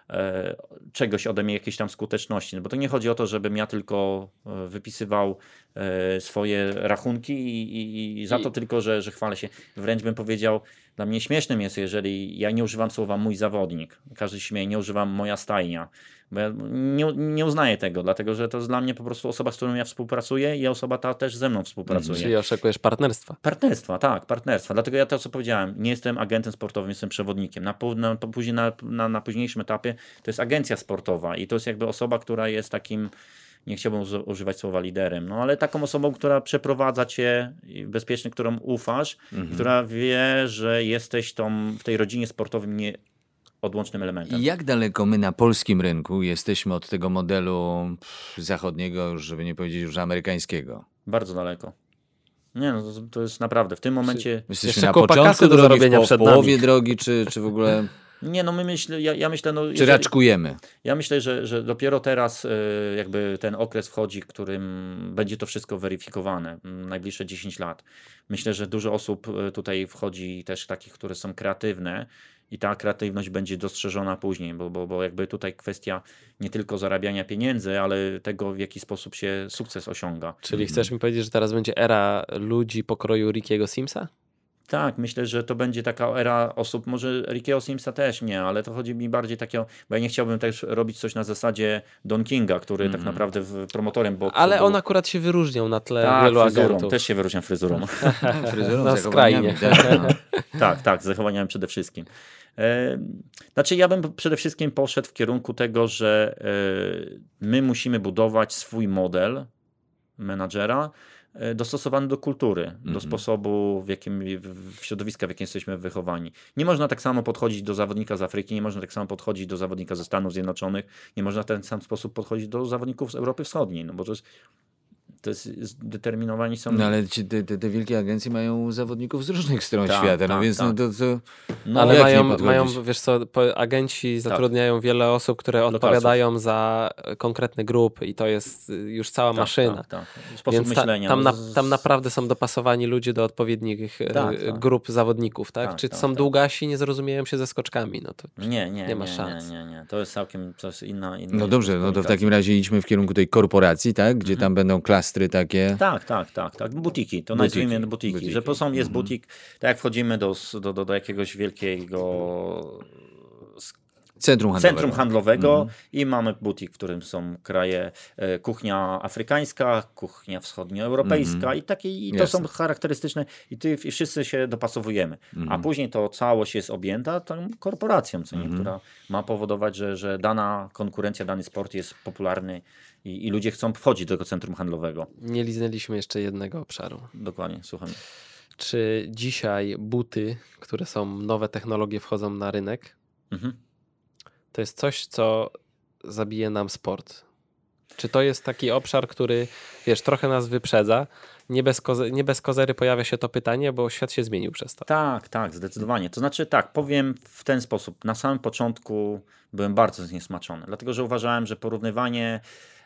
e, czegoś ode mnie, jakiejś tam skuteczności. No bo to nie chodzi o to, żebym ja tylko e, wypisywał e, swoje rachunki i, i, i za I- to tylko, że, że chwalę się. Wręcz bym powiedział, dla mnie śmiesznym jest, jeżeli ja nie używam słowa mój zawodnik. Każdy się śmieje, nie używam moja stajnia. Bo ja nie, nie uznaję tego, dlatego że to jest dla mnie po prostu osoba, z którą ja współpracuję i osoba ta też ze mną współpracuje. Czyli oczekujesz partnerstwa. Partnerstwa, tak, partnerstwa. Dlatego ja to, co powiedziałem, nie jestem agentem sportowym, jestem przewodnikiem. Na, pół- na, po- później na, na, na późniejszym etapie to jest agencja sportowa i to jest jakby osoba, która jest takim, nie chciałbym uży- używać słowa liderem, no ale taką osobą, która przeprowadza cię i bezpiecznie, którą ufasz, Mhm. która wie, że jesteś tą, w tej rodzinie sportowym nie odłącznym elementem. I jak daleko my na polskim rynku jesteśmy od tego modelu pff, zachodniego, już żeby nie powiedzieć już amerykańskiego? Bardzo daleko. Nie, no to, to jest naprawdę w tym momencie. Jesteśmy Jeszcze na kupa początku kasy do drogi, zarobienia w, po, w przed połowie nami. drogi, czy, czy w ogóle, Nie, no my myślę, ja, ja myślę, no czy jeżeli- raczkujemy? Ja myślę, że, że dopiero teraz y, jakby ten okres wchodzi, w którym będzie to wszystko weryfikowane, mm, najbliższe dziesięć lat. Myślę, że dużo osób y, tutaj wchodzi też takich, które są kreatywne i ta kreatywność będzie dostrzeżona później, bo, bo, bo jakby tutaj kwestia nie tylko zarabiania pieniędzy, ale tego, w jaki sposób się sukces osiąga. Czyli chcesz mi powiedzieć, że teraz będzie era ludzi pokroju Rickiego Simsa? Tak, myślę, że to będzie taka era osób, może Rickiego Simsa też nie, ale to chodzi mi bardziej takiego, bo ja nie chciałbym też robić coś na zasadzie Don Kinga, który tak naprawdę w promotorem boksu Ale był- on akurat się wyróżniał na tle tak, wielu fryzurą, agentów. też się wyróżniam fryzurą. Fryzurą, Na zachowaniami, skrajnie. tak, no. tak, tak, z zachowaniami przede wszystkim. E, Znaczy ja bym przede wszystkim poszedł w kierunku tego, że e, my musimy budować swój model menadżera e, dostosowany do kultury, do sposobu, w jakim w środowiska, w jakim jesteśmy wychowani. Nie można tak samo podchodzić do zawodnika z Afryki, nie można tak samo podchodzić do zawodnika ze Stanów Zjednoczonych, nie można w ten sam sposób podchodzić do zawodników z Europy Wschodniej, no bo to jest, to jest zdeterminowani są... No ale ci, te, te, te wielkie agencje mają zawodników z różnych stron Tak, świata, no tak, więc no, tak. to, to No, Ale jak mają, nie podchodzić? mają, wiesz co, po- agenci zatrudniają wiele osób, które Lokalców. odpowiadają za konkretne grupy i to jest y, już cała tak, maszyna. Tak, tak. Sposób Więc ta, myślenia. tam, no, na, z- tam naprawdę są dopasowani ludzie do odpowiednich e, Tak, tak. grup zawodników, tak? Tak, Czy tak, są tak. długasi, nie zrozumieją się ze skoczkami, no to Nie, nie, nie, nie ma nie, szans. nie, nie. To jest całkiem to jest inna, inna No jest dobrze, no to w komunikacja. takim razie idźmy w kierunku tej korporacji, tak? Gdzie Mhm. tam będą klastry takie. Tak, tak, tak, tak. Butiki, to Butiki, nazwijmy butiki, butiki. że po są jest Mhm. butik, tak jak wchodzimy do, do, do, do jakiegoś wielkiego Centrum handlowego. centrum handlowego Mhm. i mamy butik, w którym są kraje, e, kuchnia afrykańska, kuchnia wschodnioeuropejska Mhm. i takie, i to Jasne. są charakterystyczne i, ty, i wszyscy się dopasowujemy. Mhm. A później to całość jest objęta tą korporacją, co nie, Mhm. która ma powodować, że, że dana konkurencja, dany sport jest popularny i, i ludzie chcą wchodzić do tego centrum handlowego. nie liznęliśmy jeszcze jednego obszaru. Dokładnie, słucham. Czy dzisiaj buty, które są nowe technologie, wchodzą na rynek, Mhm. to jest coś, co zabije nam sport? Czy to jest taki obszar, który, wiesz, trochę nas wyprzedza? Nie bez, koze, nie bez kozery pojawia się to pytanie, bo świat się zmienił przez to. Tak, tak, zdecydowanie. To znaczy tak, powiem w ten sposób. Na samym początku byłem bardzo zniesmaczony, dlatego że uważałem, że porównywanie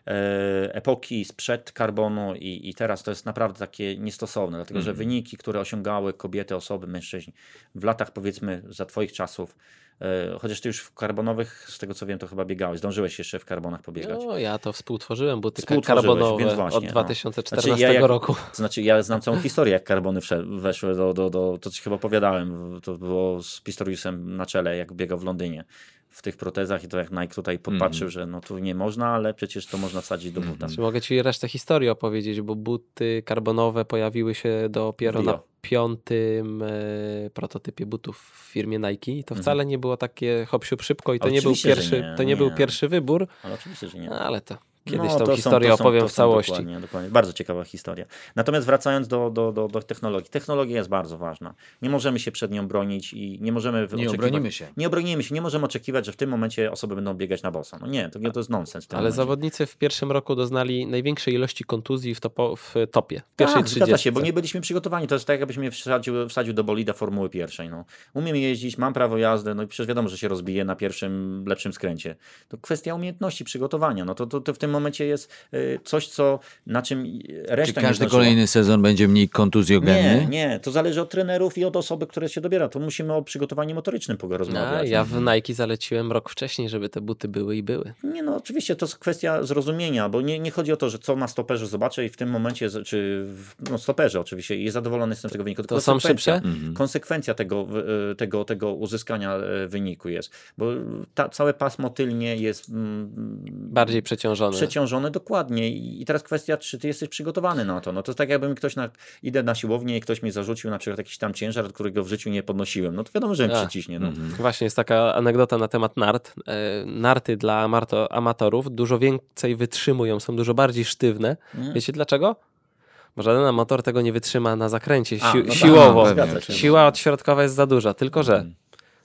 e, epoki sprzed karbonu i, i teraz to jest naprawdę takie niestosowne, dlatego że wyniki, które osiągały kobiety, osoby, mężczyźni w latach powiedzmy za twoich czasów, e, chociaż ty już w karbonowych, z tego co wiem, to chyba biegałeś, zdążyłeś jeszcze w karbonach pobiegać. No, ja to współtworzyłem buty Współtworzyłeś, karbonowe więc właśnie, od no. dwa tysiące czternastego Znaczy, ja jak- roku. To znaczy, ja znam całą historię, jak karbony wsze- weszły do, do, do, to ci chyba opowiadałem, to było z Pistoriusem na czele, jak biegał w Londynie w tych protezach i to jak Nike tutaj podpatrzył, Mhm. że no tu nie można, ale przecież to można wsadzić do buta. Czy mogę ci resztę historii opowiedzieć, bo buty karbonowe pojawiły się dopiero na Rio. piątym e, prototypie butów w firmie Nike i to Mhm. wcale nie było takie hop-siup szybko i to nie był Oczywiście, że pierwszy, nie, to nie, był nie. pierwszy wybór, Ale oczywiście, że nie. ale to kiedyś No, tą to są- historię to są- opowiem to w są całości. Dokładnie, dokładnie. Bardzo ciekawa historia. Natomiast wracając do, do, do, do technologii. Technologia jest bardzo ważna. Nie możemy się przed nią bronić i nie możemy Nie oczekiwać... obronimy się. Nie obronimy się. Nie możemy oczekiwać, że w tym momencie osoby będą biegać na boso. No nie, to, to jest nonsens. w tym Ale momencie. zawodnicy w pierwszym roku doznali największej ilości kontuzji w, topo, w topie, w pierwszej Tak, zgadza trzydziestce. się, bo nie byliśmy przygotowani. To jest tak, jakbyś mnie wsadził, wsadził do bolida Formuły pierwszej. No. Umiem jeździć, mam prawo jazdy, no i przecież wiadomo, że się rozbije na pierwszym, lepszym skręcie. To kwestia umiejętności, przygotowania. No to, to, to w tym momencie jest y, coś, co, na czym Czy reszta nie każdy zdążyła. kolejny sezon będzie mniej kontuzjogenny? Nie, nie, to zależy od trenerów i od osoby, które się dobiera. To musimy o przygotowaniu motorycznym A, porozmawiać. ja w Nike zaleciłem rok wcześniej, żeby te buty były i były. Nie, no oczywiście to jest kwestia zrozumienia, bo nie, nie chodzi o to, że co na stoperze zobaczę i w tym momencie, z- czy w- no stoperze oczywiście i zadowolony jestem z tego wyniku. To są konsekwencja- szybsze? Mhm. Konsekwencja tego, w- tego, tego uzyskania e, wyniku jest, bo ta, całe pasmo tylnie jest mm, Bardziej przeciążone. przeciążone dokładnie i i teraz kwestia, czy ty jesteś przygotowany na to. No to jest tak jakby mi ktoś, na, idę na siłownię i ktoś mi zarzucił na przykład jakiś tam ciężar, którego w życiu nie podnosiłem. No to wiadomo, że mnie A. przyciśnie. No. Mhm. Właśnie jest taka anegdota na temat nart. E, Narty dla amato- amatorów dużo więcej wytrzymują, są dużo bardziej sztywne. Nie? Wiecie dlaczego? Bo żaden amator tego nie wytrzyma na zakręcie A, si- no tak, siłowo. pewnie, zgadza się. Siła odśrodkowa jest za duża, tylko że Mhm.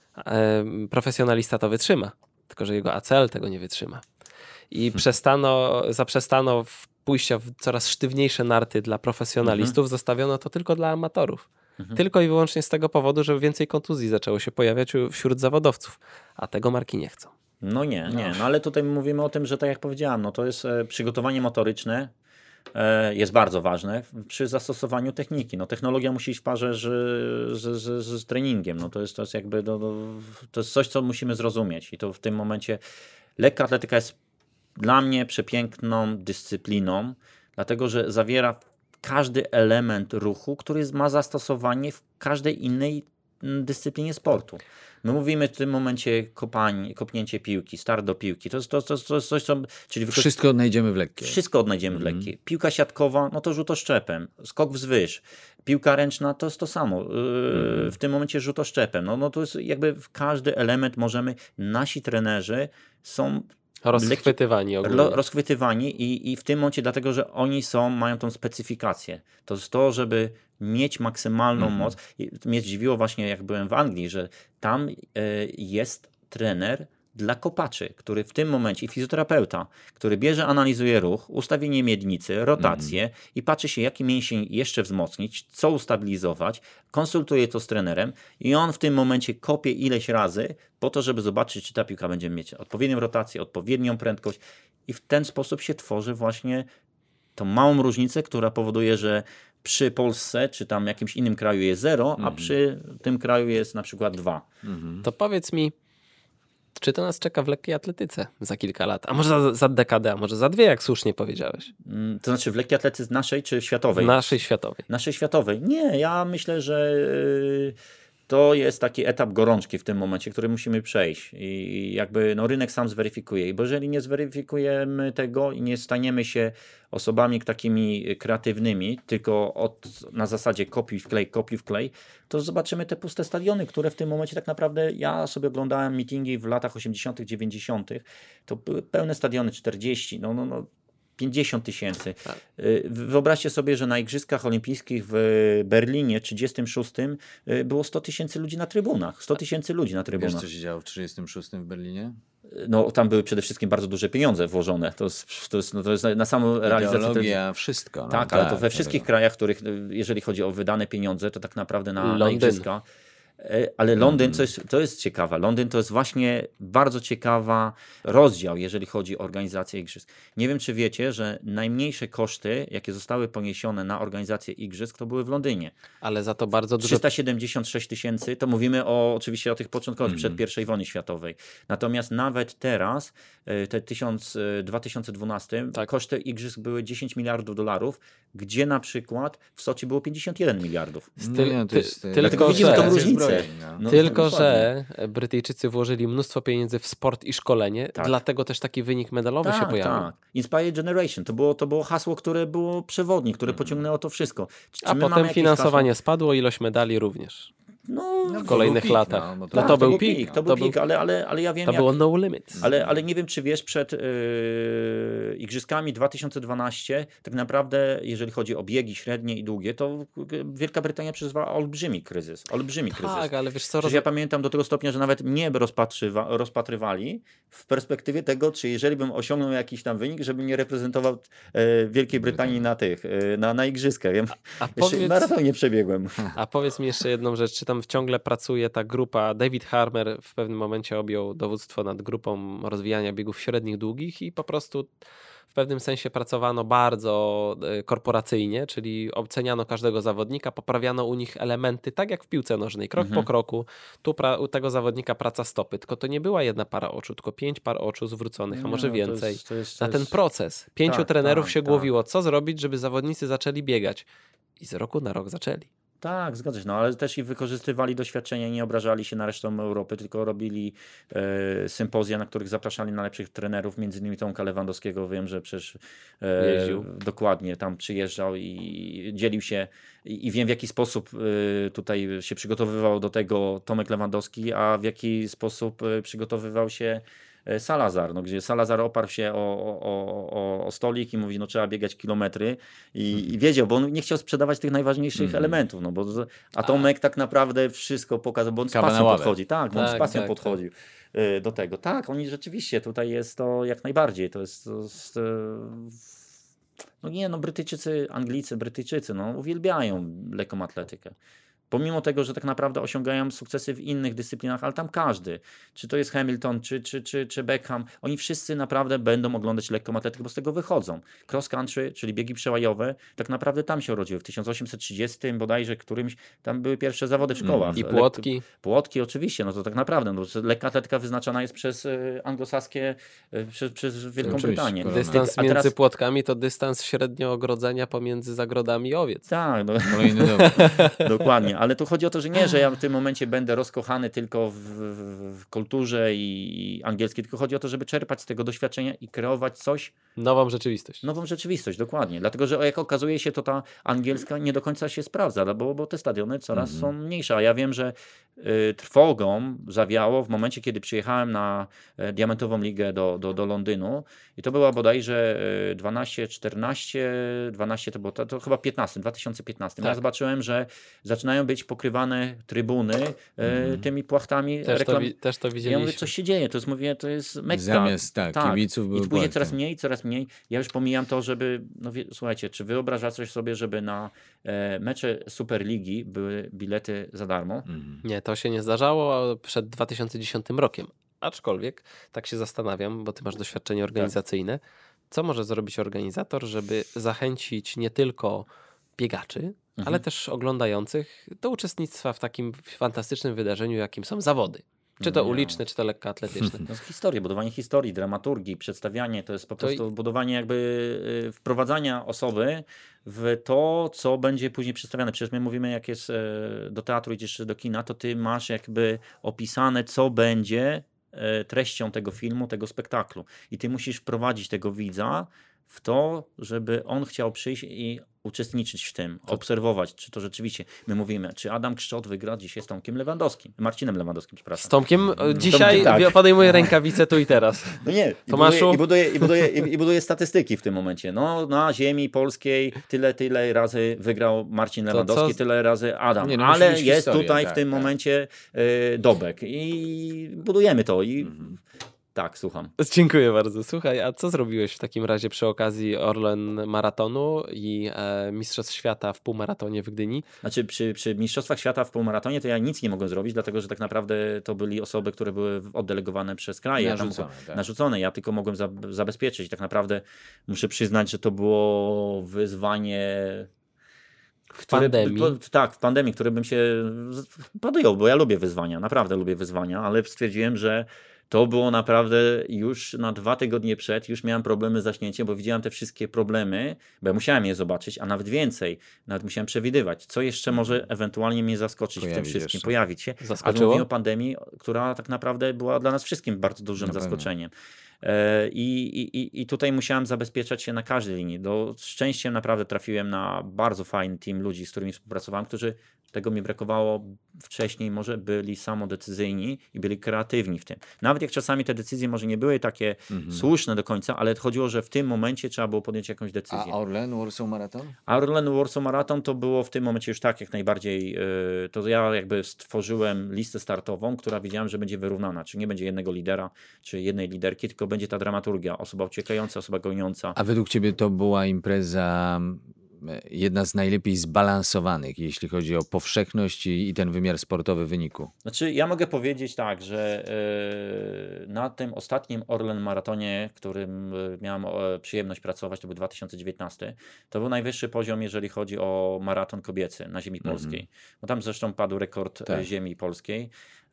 e, profesjonalista to wytrzyma, tylko że jego A C L tego nie wytrzyma. I Hmm. przestano, zaprzestano w pójścia w coraz sztywniejsze narty dla profesjonalistów, Mhm. zostawiono to tylko dla amatorów. Tylko i wyłącznie z tego powodu, że więcej kontuzji zaczęło się pojawiać u- wśród zawodowców, a tego marki nie chcą. No nie, nie. No ale tutaj mówimy o tym, że tak jak powiedziałem, no to jest e, przygotowanie motoryczne e, jest bardzo ważne przy zastosowaniu techniki. No technologia musi iść w parze z, z, z, z treningiem. No to jest, to jest jakby no, no, to jest coś, co musimy zrozumieć i to w tym momencie lekka atletyka jest dla mnie przepiękną dyscypliną, dlatego że zawiera każdy element ruchu, który jest- ma zastosowanie w każdej innej mm, dyscyplinie sportu. My mówimy w tym momencie kopań, kopnięcie piłki, start do piłki. To jest, to, to, to jest coś, co... Czyli wykorzy- Wszystko odnajdziemy w lekkiej. wszystko odnajdziemy w lekkiej. Piłka siatkowa, no to rzutoszczepem. Skok wzwyż. Piłka ręczna to jest to samo. Yy, W tym momencie rzutoszczepem. No, no to jest jakby w każdy element możemy, nasi trenerzy są Rozchwytywani ogólnie. Ro- rozchwytywani i, i w tym momencie dlatego, że oni są, mają tą specyfikację. To jest to, żeby mieć maksymalną Mhm. moc. I mnie zdziwiło właśnie, jak byłem w Anglii, że tam e, jest trener dla kopaczy, który w tym momencie, i fizjoterapeuta, który bierze, analizuje ruch, ustawienie miednicy, rotację mm. i patrzy się, jaki mięsień jeszcze wzmocnić, co ustabilizować, konsultuje to z trenerem i on w tym momencie kopie ileś razy po to, żeby zobaczyć, czy ta piłka będzie mieć odpowiednią rotację, odpowiednią prędkość i w ten sposób się tworzy właśnie tą małą różnicę, która powoduje, że przy Polsce, czy tam jakimś innym kraju jest zero, mm. a przy tym kraju jest na przykład dwa. Mm-hmm. To powiedz mi, czy to nas czeka w lekkiej atletyce za kilka lat? A może za, za dekadę, a może za dwie, jak słusznie powiedziałeś? Mm, to znaczy w lekkiej atletyce naszej czy światowej? W naszej światowej. Naszej światowej. Nie, ja myślę, że yy, to jest taki etap gorączki w tym momencie, który musimy przejść. I jakby no, rynek sam zweryfikuje. Bo jeżeli nie zweryfikujemy tego i nie staniemy się osobami takimi kreatywnymi, tylko od, na zasadzie kopiuj wklej, kopiuj wklej, to zobaczymy te puste stadiony, które w tym momencie tak naprawdę, ja sobie oglądałem meetingi w latach osiemdziesiątych, dziewięćdziesiątych, to były pełne stadiony, czterdzieści, no, no, no pięćdziesiąt tysięcy. Wyobraźcie sobie, że na Igrzyskach Olimpijskich w Berlinie trzydziestym szóstym było sto tysięcy ludzi na trybunach. sto tysięcy ludzi na trybunach. Wiesz, co się działo w trzydziestym szóstym w Berlinie? No, tam były przede wszystkim bardzo duże pieniądze włożone. To jest, to jest, no, to jest na samą realizację. Ideologia, wszystko. No, tak, tak, ale to we wszystkich tak. krajach, których, jeżeli chodzi o wydane pieniądze, to tak naprawdę na, na Igrzyska. Ale Londyn, to jest, to jest ciekawe. Londyn to jest właśnie bardzo ciekawa rozdział, jeżeli chodzi o organizację igrzysk. Nie wiem, czy wiecie, że najmniejsze koszty, jakie zostały poniesione na organizację igrzysk, to były w Londynie. Ale za to bardzo dużo... trzysta siedemdziesiąt sześć tysięcy, to mówimy o, oczywiście o tych początkowych, mm. przed pierwszej wojny światowej. Natomiast nawet teraz, te dwa tysiące dwunastym, tak. koszty igrzysk były dziesięć miliardów dolarów, gdzie na przykład w Soczi było pięćdziesiąt jeden miliardów. Styl, no, to jest, ty, tylko, widzimy że... tą różnicę. No. No, tylko, że Brytyjczycy włożyli mnóstwo pieniędzy w sport i szkolenie, tak. dlatego też taki wynik medalowy tak, się pojawił. Tak. Inspired Generation, to było, to było hasło, które było przewodnie, które mm. pociągnęło to wszystko. Czy A potem finansowanie hasło? spadło, ilość medali również. No, w kolejnych pik, latach. No, no to, to, był był pik, pik. To był pik, ale, ale, ale ja wiem To jak, było no limits. Ale, ale nie wiem, czy wiesz, przed yy, Igrzyskami dwa tysiące dwunastym tak naprawdę, jeżeli chodzi o biegi średnie i długie, to Wielka Brytania przeżywała olbrzymi kryzys. Olbrzymi tak, kryzys. ale wiesz co... Roz... Ja pamiętam do tego stopnia, że nawet mnie by rozpatrywa, rozpatrywali w perspektywie tego, czy jeżeli bym osiągnął jakiś tam wynik, żebym nie reprezentował e, Wielkiej Brytanii na tych, e, na, na Igrzyskach. Ja a, a powiedz... maraton nie przebiegłem. A powiedz mi jeszcze jedną rzecz, czy tam ciągle pracuje ta grupa, David Harmer w pewnym momencie objął dowództwo nad grupą rozwijania biegów średnich, długich i po prostu w pewnym sensie pracowano bardzo korporacyjnie, czyli oceniano każdego zawodnika, poprawiano u nich elementy, tak jak w piłce nożnej, krok mhm. po kroku. Tu pra- u tego zawodnika praca stopy, tylko to nie była jedna para oczu, tylko pięć par oczu zwróconych, a może no, więcej. To jest, to jest, to na ten jest... proces. Pięciu tak, trenerów tak, się tak. głowiło, co zrobić, żeby zawodnicy zaczęli biegać. I z roku na rok zaczęli. Tak, zgadza się, no ale też i wykorzystywali doświadczenia, nie obrażali się na resztę Europy, tylko robili e, sympozja, na których zapraszali najlepszych trenerów, między innymi Tomka Lewandowskiego, wiem, że przecież e, dokładnie tam przyjeżdżał i dzielił się i, i wiem, w jaki sposób e, tutaj się przygotowywał do tego Tomek Lewandowski, a w jaki sposób e, przygotowywał się Salazar, no, gdzie Salazar oparł się o, o, o, o stolik i mówi, no trzeba biegać kilometry i, i wiedział, bo on nie chciał sprzedawać tych najważniejszych mm. elementów, no, bo, a Tomek a. tak naprawdę wszystko pokazał, bo on z pasją podchodzi, tak, bo on tak, z pasją tak, podchodził tak. do tego. Tak, oni rzeczywiście, tutaj jest to jak najbardziej, to jest, to jest no nie, no Brytyjczycy, Anglicy, Brytyjczycy, no uwielbiają lekką atletykę. Pomimo tego, że tak naprawdę osiągają sukcesy w innych dyscyplinach, ale tam każdy, czy to jest Hamilton, czy, czy, czy, czy Beckham, oni wszyscy naprawdę będą oglądać lekką atletykę, bo z tego wychodzą. Cross country, czyli biegi przełajowe, tak naprawdę tam się urodziły. W tysiąc osiemset trzydziestym bodajże którymś, tam były pierwsze zawody w szkołach. I płotki. Lek... Płotki oczywiście, no to tak naprawdę, no, lekka atletyka wyznaczana jest przez y, anglosaskie, y, przez, przez Wielką Brytanię. Dystans A między teraz... płotkami to dystans średnio ogrodzenia pomiędzy zagrodami owiec. Tak, no. no Dokładnie. Ale tu chodzi o to, że nie, że ja w tym momencie będę rozkochany tylko w, w, w kulturze i angielskiej, tylko chodzi o to, żeby czerpać z tego doświadczenia i kreować coś. Nową rzeczywistość. Nową rzeczywistość, dokładnie. Dlatego, że jak okazuje się, to ta angielska nie do końca się sprawdza, bo, bo te stadiony coraz mm-hmm. są mniejsze. A ja wiem, że y, trwogą zawiało w momencie, kiedy przyjechałem na y, Diamentową Ligę do, do, do Londynu i to była bodajże y, dwanaście, czternaście, dwanaście to było, to, to chyba piętnaście, dwa tysiące piętnaście. Tak. Ja zobaczyłem, że zaczynają mają być pokrywane trybuny e, tymi płachtami Też to, reklam. wi- też to Ja widzieliśmy. mówię, co się dzieje, to jest, mówię, to jest Mekka. Zamiast, tak, kibiców były I później płachty. coraz mniej, coraz mniej. Ja już pomijam to, żeby, no wie, słuchajcie, czy wyobrażacie sobie, żeby na e, mecze Superligi były bilety za darmo? Mhm. Nie, to się nie zdarzało przed dwa tysiące dziesiątym rokiem. Aczkolwiek tak się zastanawiam, bo ty masz doświadczenie organizacyjne. Co może zrobić organizator, żeby zachęcić nie tylko biegaczy, ale też oglądających do uczestnictwa w takim fantastycznym wydarzeniu, jakim są zawody. Czy to No. uliczne, czy to lekkoatletyczne. No, historię, budowanie historii, dramaturgii, przedstawianie, to jest po To i- prostu budowanie jakby y, wprowadzania osoby w to, co będzie później przedstawiane. Przecież my mówimy, jak jest e, do teatru idziesz czy do kina, to ty masz jakby opisane, co będzie e, treścią tego filmu, tego spektaklu. I ty musisz wprowadzić tego widza w to, żeby on chciał przyjść i uczestniczyć w tym, obserwować, czy to rzeczywiście, my mówimy, czy Adam Kszczot wygra dzisiaj z Tomkiem Lewandowskim, Marcinem Lewandowskim, Z przepraszam. Tomkiem e, dzisiaj tak. podejmuję rękawice tu i teraz. No nie, i Tomaszu? buduje, i, buduje, i, buduje, i, i buduje statystyki w tym momencie. No, na ziemi polskiej tyle, tyle razy wygrał Marcin To Lewandowski, co- tyle razy Adam. Nie, no musi ale być jest historia, tutaj tak, w tym tak. momencie y, Dobek i budujemy to. I Mhm. tak, słucham. Dziękuję bardzo. Słuchaj, a co zrobiłeś w takim razie przy okazji Orlen Maratonu i e, Mistrzostw Świata w półmaratonie w Gdyni? Znaczy przy, przy Mistrzostwach Świata w półmaratonie to ja nic nie mogłem zrobić, dlatego że tak naprawdę to byli osoby, które były oddelegowane przez kraje. Ja tam Narzucone, mogłem- tak. narzucone. Ja tylko mogłem za, zabezpieczyć. Tak naprawdę muszę przyznać, że to było wyzwanie W pandemii. Po, tak, w pandemii, który bym się z- podjął, bo ja lubię wyzwania, naprawdę lubię wyzwania, ale stwierdziłem, że to było naprawdę już na dwa tygodnie przed, już miałem problemy z zaśnięciem, bo widziałem te wszystkie problemy, bo ja musiałem je zobaczyć, a nawet więcej, nawet musiałem przewidywać, co jeszcze może ewentualnie mnie zaskoczyć w tym Pojawić wszystkim, jeszcze. pojawić się. Zaskoczyło? Ale mówię o pandemii, która tak naprawdę była dla nas wszystkim bardzo dużym Na pewno. zaskoczeniem. E, I, i, I tutaj musiałem zabezpieczać się na każdej linii. Do szczęściem naprawdę trafiłem na bardzo fajny team ludzi, z którymi współpracowałem, którzy tego mi brakowało wcześniej, może byli samodecyzyjni i byli kreatywni w tym. Nawet jak czasami te decyzje może nie były takie Mhm. słuszne do końca, ale chodziło, że w tym momencie trzeba było podjąć jakąś A decyzję. Orlen, Warsaw Marathon? Orlen Warsaw Marathon to było w tym momencie już tak jak najbardziej, yy, to ja jakby stworzyłem listę startową, która wiedziałem, że będzie wyrównana, czy nie będzie jednego lidera, czy jednej liderki, tylko będzie ta dramaturgia, osoba uciekająca, osoba goniąca. A według ciebie to była impreza e, jedna z najlepiej zbalansowanych, jeśli chodzi o powszechność i, i ten wymiar sportowy wyniku? Znaczy, ja mogę powiedzieć tak, że yy, na tym ostatnim Orlen Maratonie, którym yy, miałem e, przyjemność pracować, to był dwa tysiące dziewiętnasty, to był najwyższy poziom, jeżeli chodzi o maraton kobiecy na ziemi polskiej. Bo tam zresztą padł rekord Tak. e, ziemi polskiej.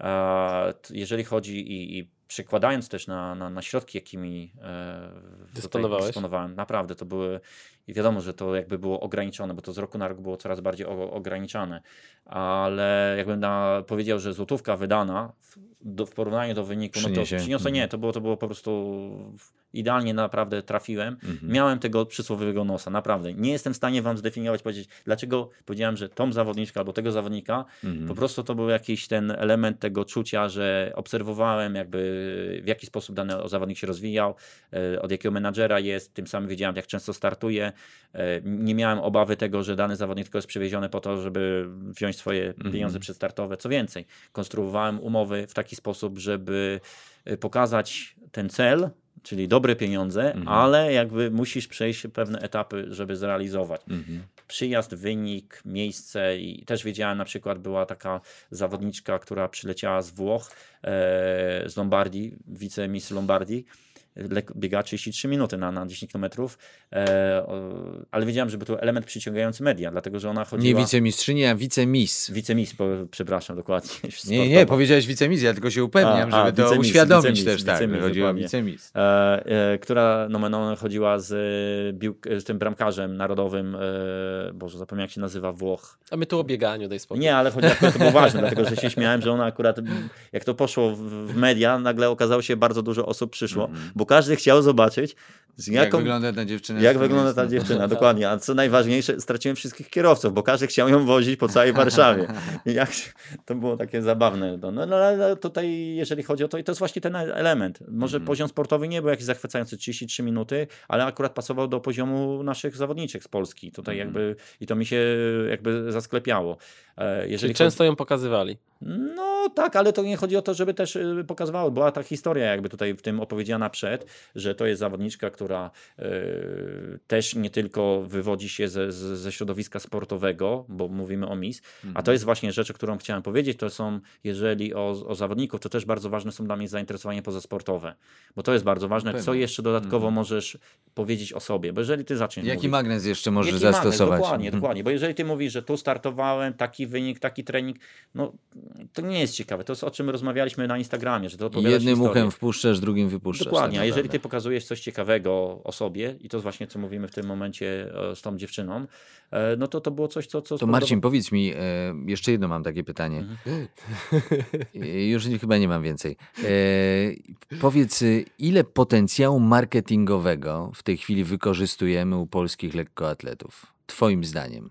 A, t- jeżeli chodzi i, i przykładając też na, na, na środki, jakimi e, tutaj Dysponowałeś? dysponowałem, naprawdę to były, i wiadomo, że to jakby było ograniczone, bo to z roku na rok było coraz bardziej o, ograniczane, ale jakbym na, powiedział, że złotówka wydana w, do, w porównaniu do wyniku, no to Przyniesie. przyniosło, nie, Mhm. to było, to było po prostu idealnie naprawdę trafiłem. Mhm. Miałem tego przysłowiowego nosa, naprawdę. Nie jestem w stanie wam zdefiniować, powiedzieć, dlaczego powiedziałem, że tą zawodniczkę albo tego zawodnika, Mhm. po prostu to był jakiś ten element tego czucia, że obserwowałem jakby w jaki sposób dany zawodnik się rozwijał, e, od jakiego menadżera jest, tym samym wiedziałem jak często startuje. E, Nie miałem obawy tego, że dany zawodnik tylko jest przywieziony po to, żeby wziąć swoje pieniądze przedstartowe. Co więcej, konstruowałem umowy w taki sposób, żeby e, pokazać ten cel, czyli dobre pieniądze, ale jakby musisz przejść pewne etapy, żeby zrealizować Mhm. przyjazd, wynik, miejsce i też wiedziałem, na przykład była taka zawodniczka, która przyleciała z Włoch, e, z Lombardii, wicemis Lombardii, lek- biegała trzydzieści trzy minuty na, na dziesięć kilometrów, e, o, ale wiedziałem, że był to element przyciągający media, dlatego, że ona Nie chodziła... wicemistrzyni, a wicemiss. Wicemis, po, przepraszam, dokładnie. Nie, nie, powiedziałeś wicemiss, ja tylko się upewniam, A, a, żeby to wicemiss, uświadomić wicemiss, też, tak, wicemiss, że chodzi o dokładnie. wicemiss. e, e, która nomen omen chodziła z, e, biłk- z tym bramkarzem narodowym, e, Boże, zapomniałem jak się nazywa, Włoch. A my tu o bieganiu, daj spokój. Nie, ale chodzi akurat to było ważne, dlatego że się śmiałem, że ona akurat, jak to poszło w, w media, nagle okazało się, bardzo dużo osób przyszło, bo każdy chciał zobaczyć, z Jak jaką, wygląda ta dziewczyna? jak z którą wygląda jest- ta dziewczyna, dokładnie. A co najważniejsze, straciłem wszystkich kierowców, bo każdy chciał ją wozić po całej Warszawie. I jak, to było takie zabawne. No, no, no ale tutaj, jeżeli chodzi o to, i to jest właśnie ten element. Może poziom sportowy nie był jakiś zachwycający, trzydzieści trzy minuty, ale akurat pasował do poziomu naszych zawodniczek z Polski. Tutaj jakby, i to mi się jakby zasklepiało. Jeżeli Czyli chodzi... często ją pokazywali. No tak, ale to nie chodzi o to, żeby też y, pokazywały. Była ta historia jakby tutaj w tym opowiedziana przed, że to jest zawodniczka, która y, też nie tylko wywodzi się ze, ze, ze środowiska sportowego, bo mówimy o Miss, Mhm. a to jest właśnie rzecz, którą chciałem powiedzieć, to są, jeżeli o, o zawodników, to też bardzo ważne są dla mnie zainteresowania pozasportowe, bo to jest bardzo ważne, Pewnie. co jeszcze dodatkowo Mhm. możesz powiedzieć o sobie, bo jeżeli ty zaczniesz Jaki mówić... magnes jeszcze możesz Jaki magnes? zastosować? Dokładnie, Mhm. dokładnie, bo jeżeli ty mówisz, że tu startowałem, taki wynik, taki trening, no to nie jest ciekawe. To jest o czym rozmawialiśmy na Instagramie, że to opowiadasz Jednym historię. uchem wpuszczasz, drugim wypuszczasz. Dokładnie, tak a jeżeli naprawdę. ty pokazujesz coś ciekawego o sobie i to jest właśnie co mówimy w tym momencie e, z tą dziewczyną, e, no to to było coś, co... co To Marcin, powiedz mi, e, jeszcze jedno mam takie pytanie. Mhm. E, Już nie- chyba nie mam więcej. E, powiedz, e, ile potencjału marketingowego w tej chwili wykorzystujemy u polskich lekkoatletów? Twoim zdaniem.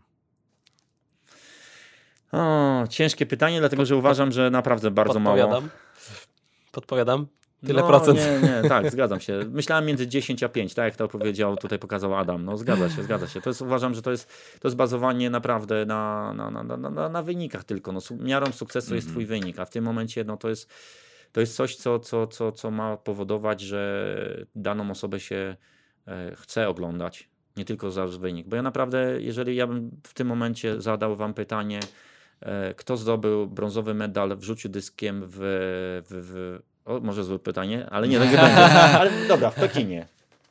O, ciężkie pytanie, dlatego że uważam, że naprawdę bardzo mało. Podpowiadam. Podpowiadam. Tyle no, procent. Nie, nie, tak, zgadzam się. Myślałem między dziesięć a pięć, tak jak to powiedział, tutaj pokazał Adam. No zgadza się, zgadza się. To jest, uważam, że to jest, to jest bazowanie naprawdę na, na, na, na, na, na wynikach tylko. No, su- miarą sukcesu jest twój wynik, a w tym momencie no, to jest, to jest coś, co, co, co, co ma powodować, że daną osobę się e, chce oglądać. Nie tylko za wynik. Bo ja naprawdę, jeżeli ja bym w tym momencie zadał wam pytanie, e, kto zdobył brązowy medal w rzuciu dyskiem w... w, w o, może złe pytanie, ale nie, tak nie będzie. Ale dobra, w Pekinie.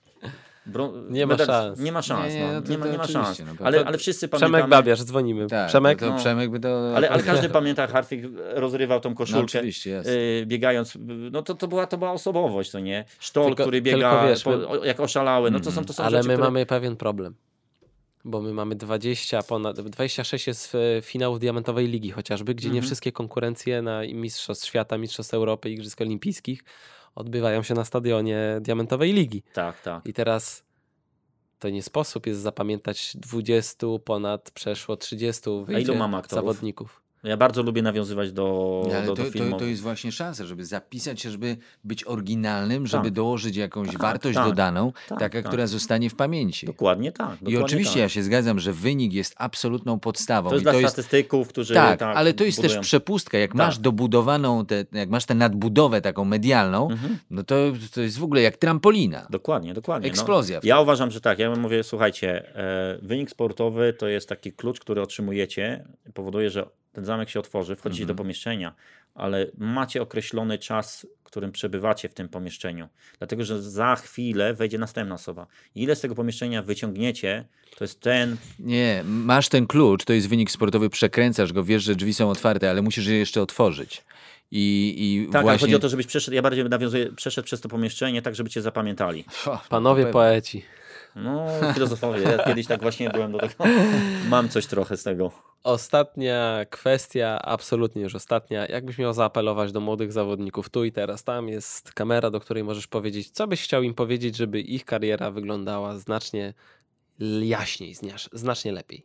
Brą- Nie ma medal- szans. Nie ma szans, Nie, nie, no, no to- nie, ma, to nie ma oczywiście, szans. no, to- Ale, to- ale wszyscy Przemek pamiętamy... Babiarz, dzwonimy. Tak, Przemek? to no. Przemek by to... Ale, ale każdy pamięta, Hartwig rozrywał tą No koszulkę, oczywiście, jasne. y, biegając, no to, to, była, to była osobowość, to nie? Sztol, Tylko- który tylko biega wiesz, po, my- o, jak oszalały, no to są, to są Ale rzeczy, my które... mamy pewien problem. Bo my mamy dwadzieścia, ponad dwadzieścia sześć jest e, finałów Diamentowej Ligi chociażby, gdzie nie Mhm. wszystkie konkurencje na Mistrzostw Świata, Mistrzostw Europy, Igrzysk Olimpijskich odbywają się na stadionie Diamentowej Ligi. Tak, tak. I teraz to nie sposób jest zapamiętać dwudziestu, ponad przeszło trzydziestu wyjdzie mamy aktorów? zawodników. Ja bardzo lubię nawiązywać do, Nie, ale do, to, do to, filmów. to jest właśnie szansa, żeby zapisać się, żeby być oryginalnym, żeby Tak. dołożyć jakąś Tak, wartość tak, dodaną, tak, taka, tak. która zostanie w pamięci. Dokładnie tak. I dokładnie oczywiście tak. ja się zgadzam, że wynik jest absolutną podstawą. To jest I dla to jest, statystyków, którzy tak, tak ale to jest budują. też przepustka. Jak Tak. masz dobudowaną, te, jak masz tę nadbudowę taką medialną, Mhm. no to, to jest w ogóle jak trampolina. Dokładnie, dokładnie. Eksplozja No, wtedy. ja uważam, że tak. Ja mówię, słuchajcie, e, wynik sportowy to jest taki klucz, który otrzymujecie, powoduje, że ten zamek się otworzy, wchodzicie Mhm. do pomieszczenia, ale macie określony czas, którym przebywacie w tym pomieszczeniu. Dlatego, że za chwilę wejdzie następna osoba. I ile z tego pomieszczenia wyciągniecie, to jest ten... Nie, masz ten klucz, to jest wynik sportowy, przekręcasz go, wiesz, że drzwi są otwarte, ale musisz je jeszcze otworzyć. I, i Tak, ale właśnie... chodzi o to, żebyś przeszedł, ja bardziej nawiązuję, przeszedł przez to pomieszczenie, tak, żeby cię zapamiętali. Panowie pewnie. poeci. No, filozofowie. Ja kiedyś tak właśnie byłem do tego. Mam coś trochę z tego. Ostatnia kwestia, absolutnie już ostatnia. Jakbyś miał zaapelować do młodych zawodników tu i teraz? Tam jest kamera, do której możesz powiedzieć, co byś chciał im powiedzieć, żeby ich kariera wyglądała znacznie jaśniej, znasz- znacznie lepiej.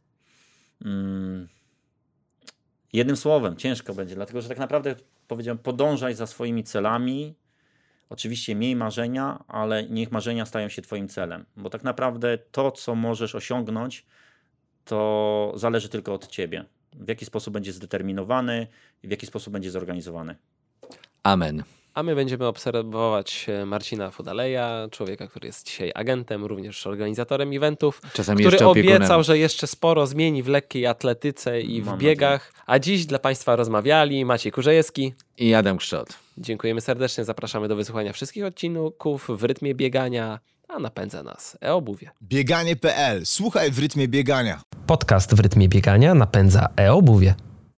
Mm. Jednym słowem, ciężko będzie, dlatego że tak naprawdę powiedziałem, podążaj za swoimi celami. Oczywiście miej marzenia, ale niech marzenia stają się twoim celem, bo tak naprawdę to, co możesz osiągnąć, to zależy tylko od ciebie. W jaki sposób będziesz zdeterminowany, w jaki sposób będzie zorganizowany. Amen. A my będziemy obserwować e, Marcina Fudaleja, człowieka, który jest dzisiaj agentem, również organizatorem eventów, Czasami który jeszcze opiekunem. obiecał, że jeszcze sporo zmieni w lekkiej atletyce i w Mam biegach. A dziś dla Państwa rozmawiali Maciej Kurzejewski. I Adam Kszczot. Dziękujemy serdecznie, zapraszamy do wysłuchania wszystkich odcinków w rytmie biegania, a napędza nas e-obuwie. Bieganie kropka pe el. Słuchaj w rytmie biegania. Podcast w rytmie biegania napędza e-obuwie.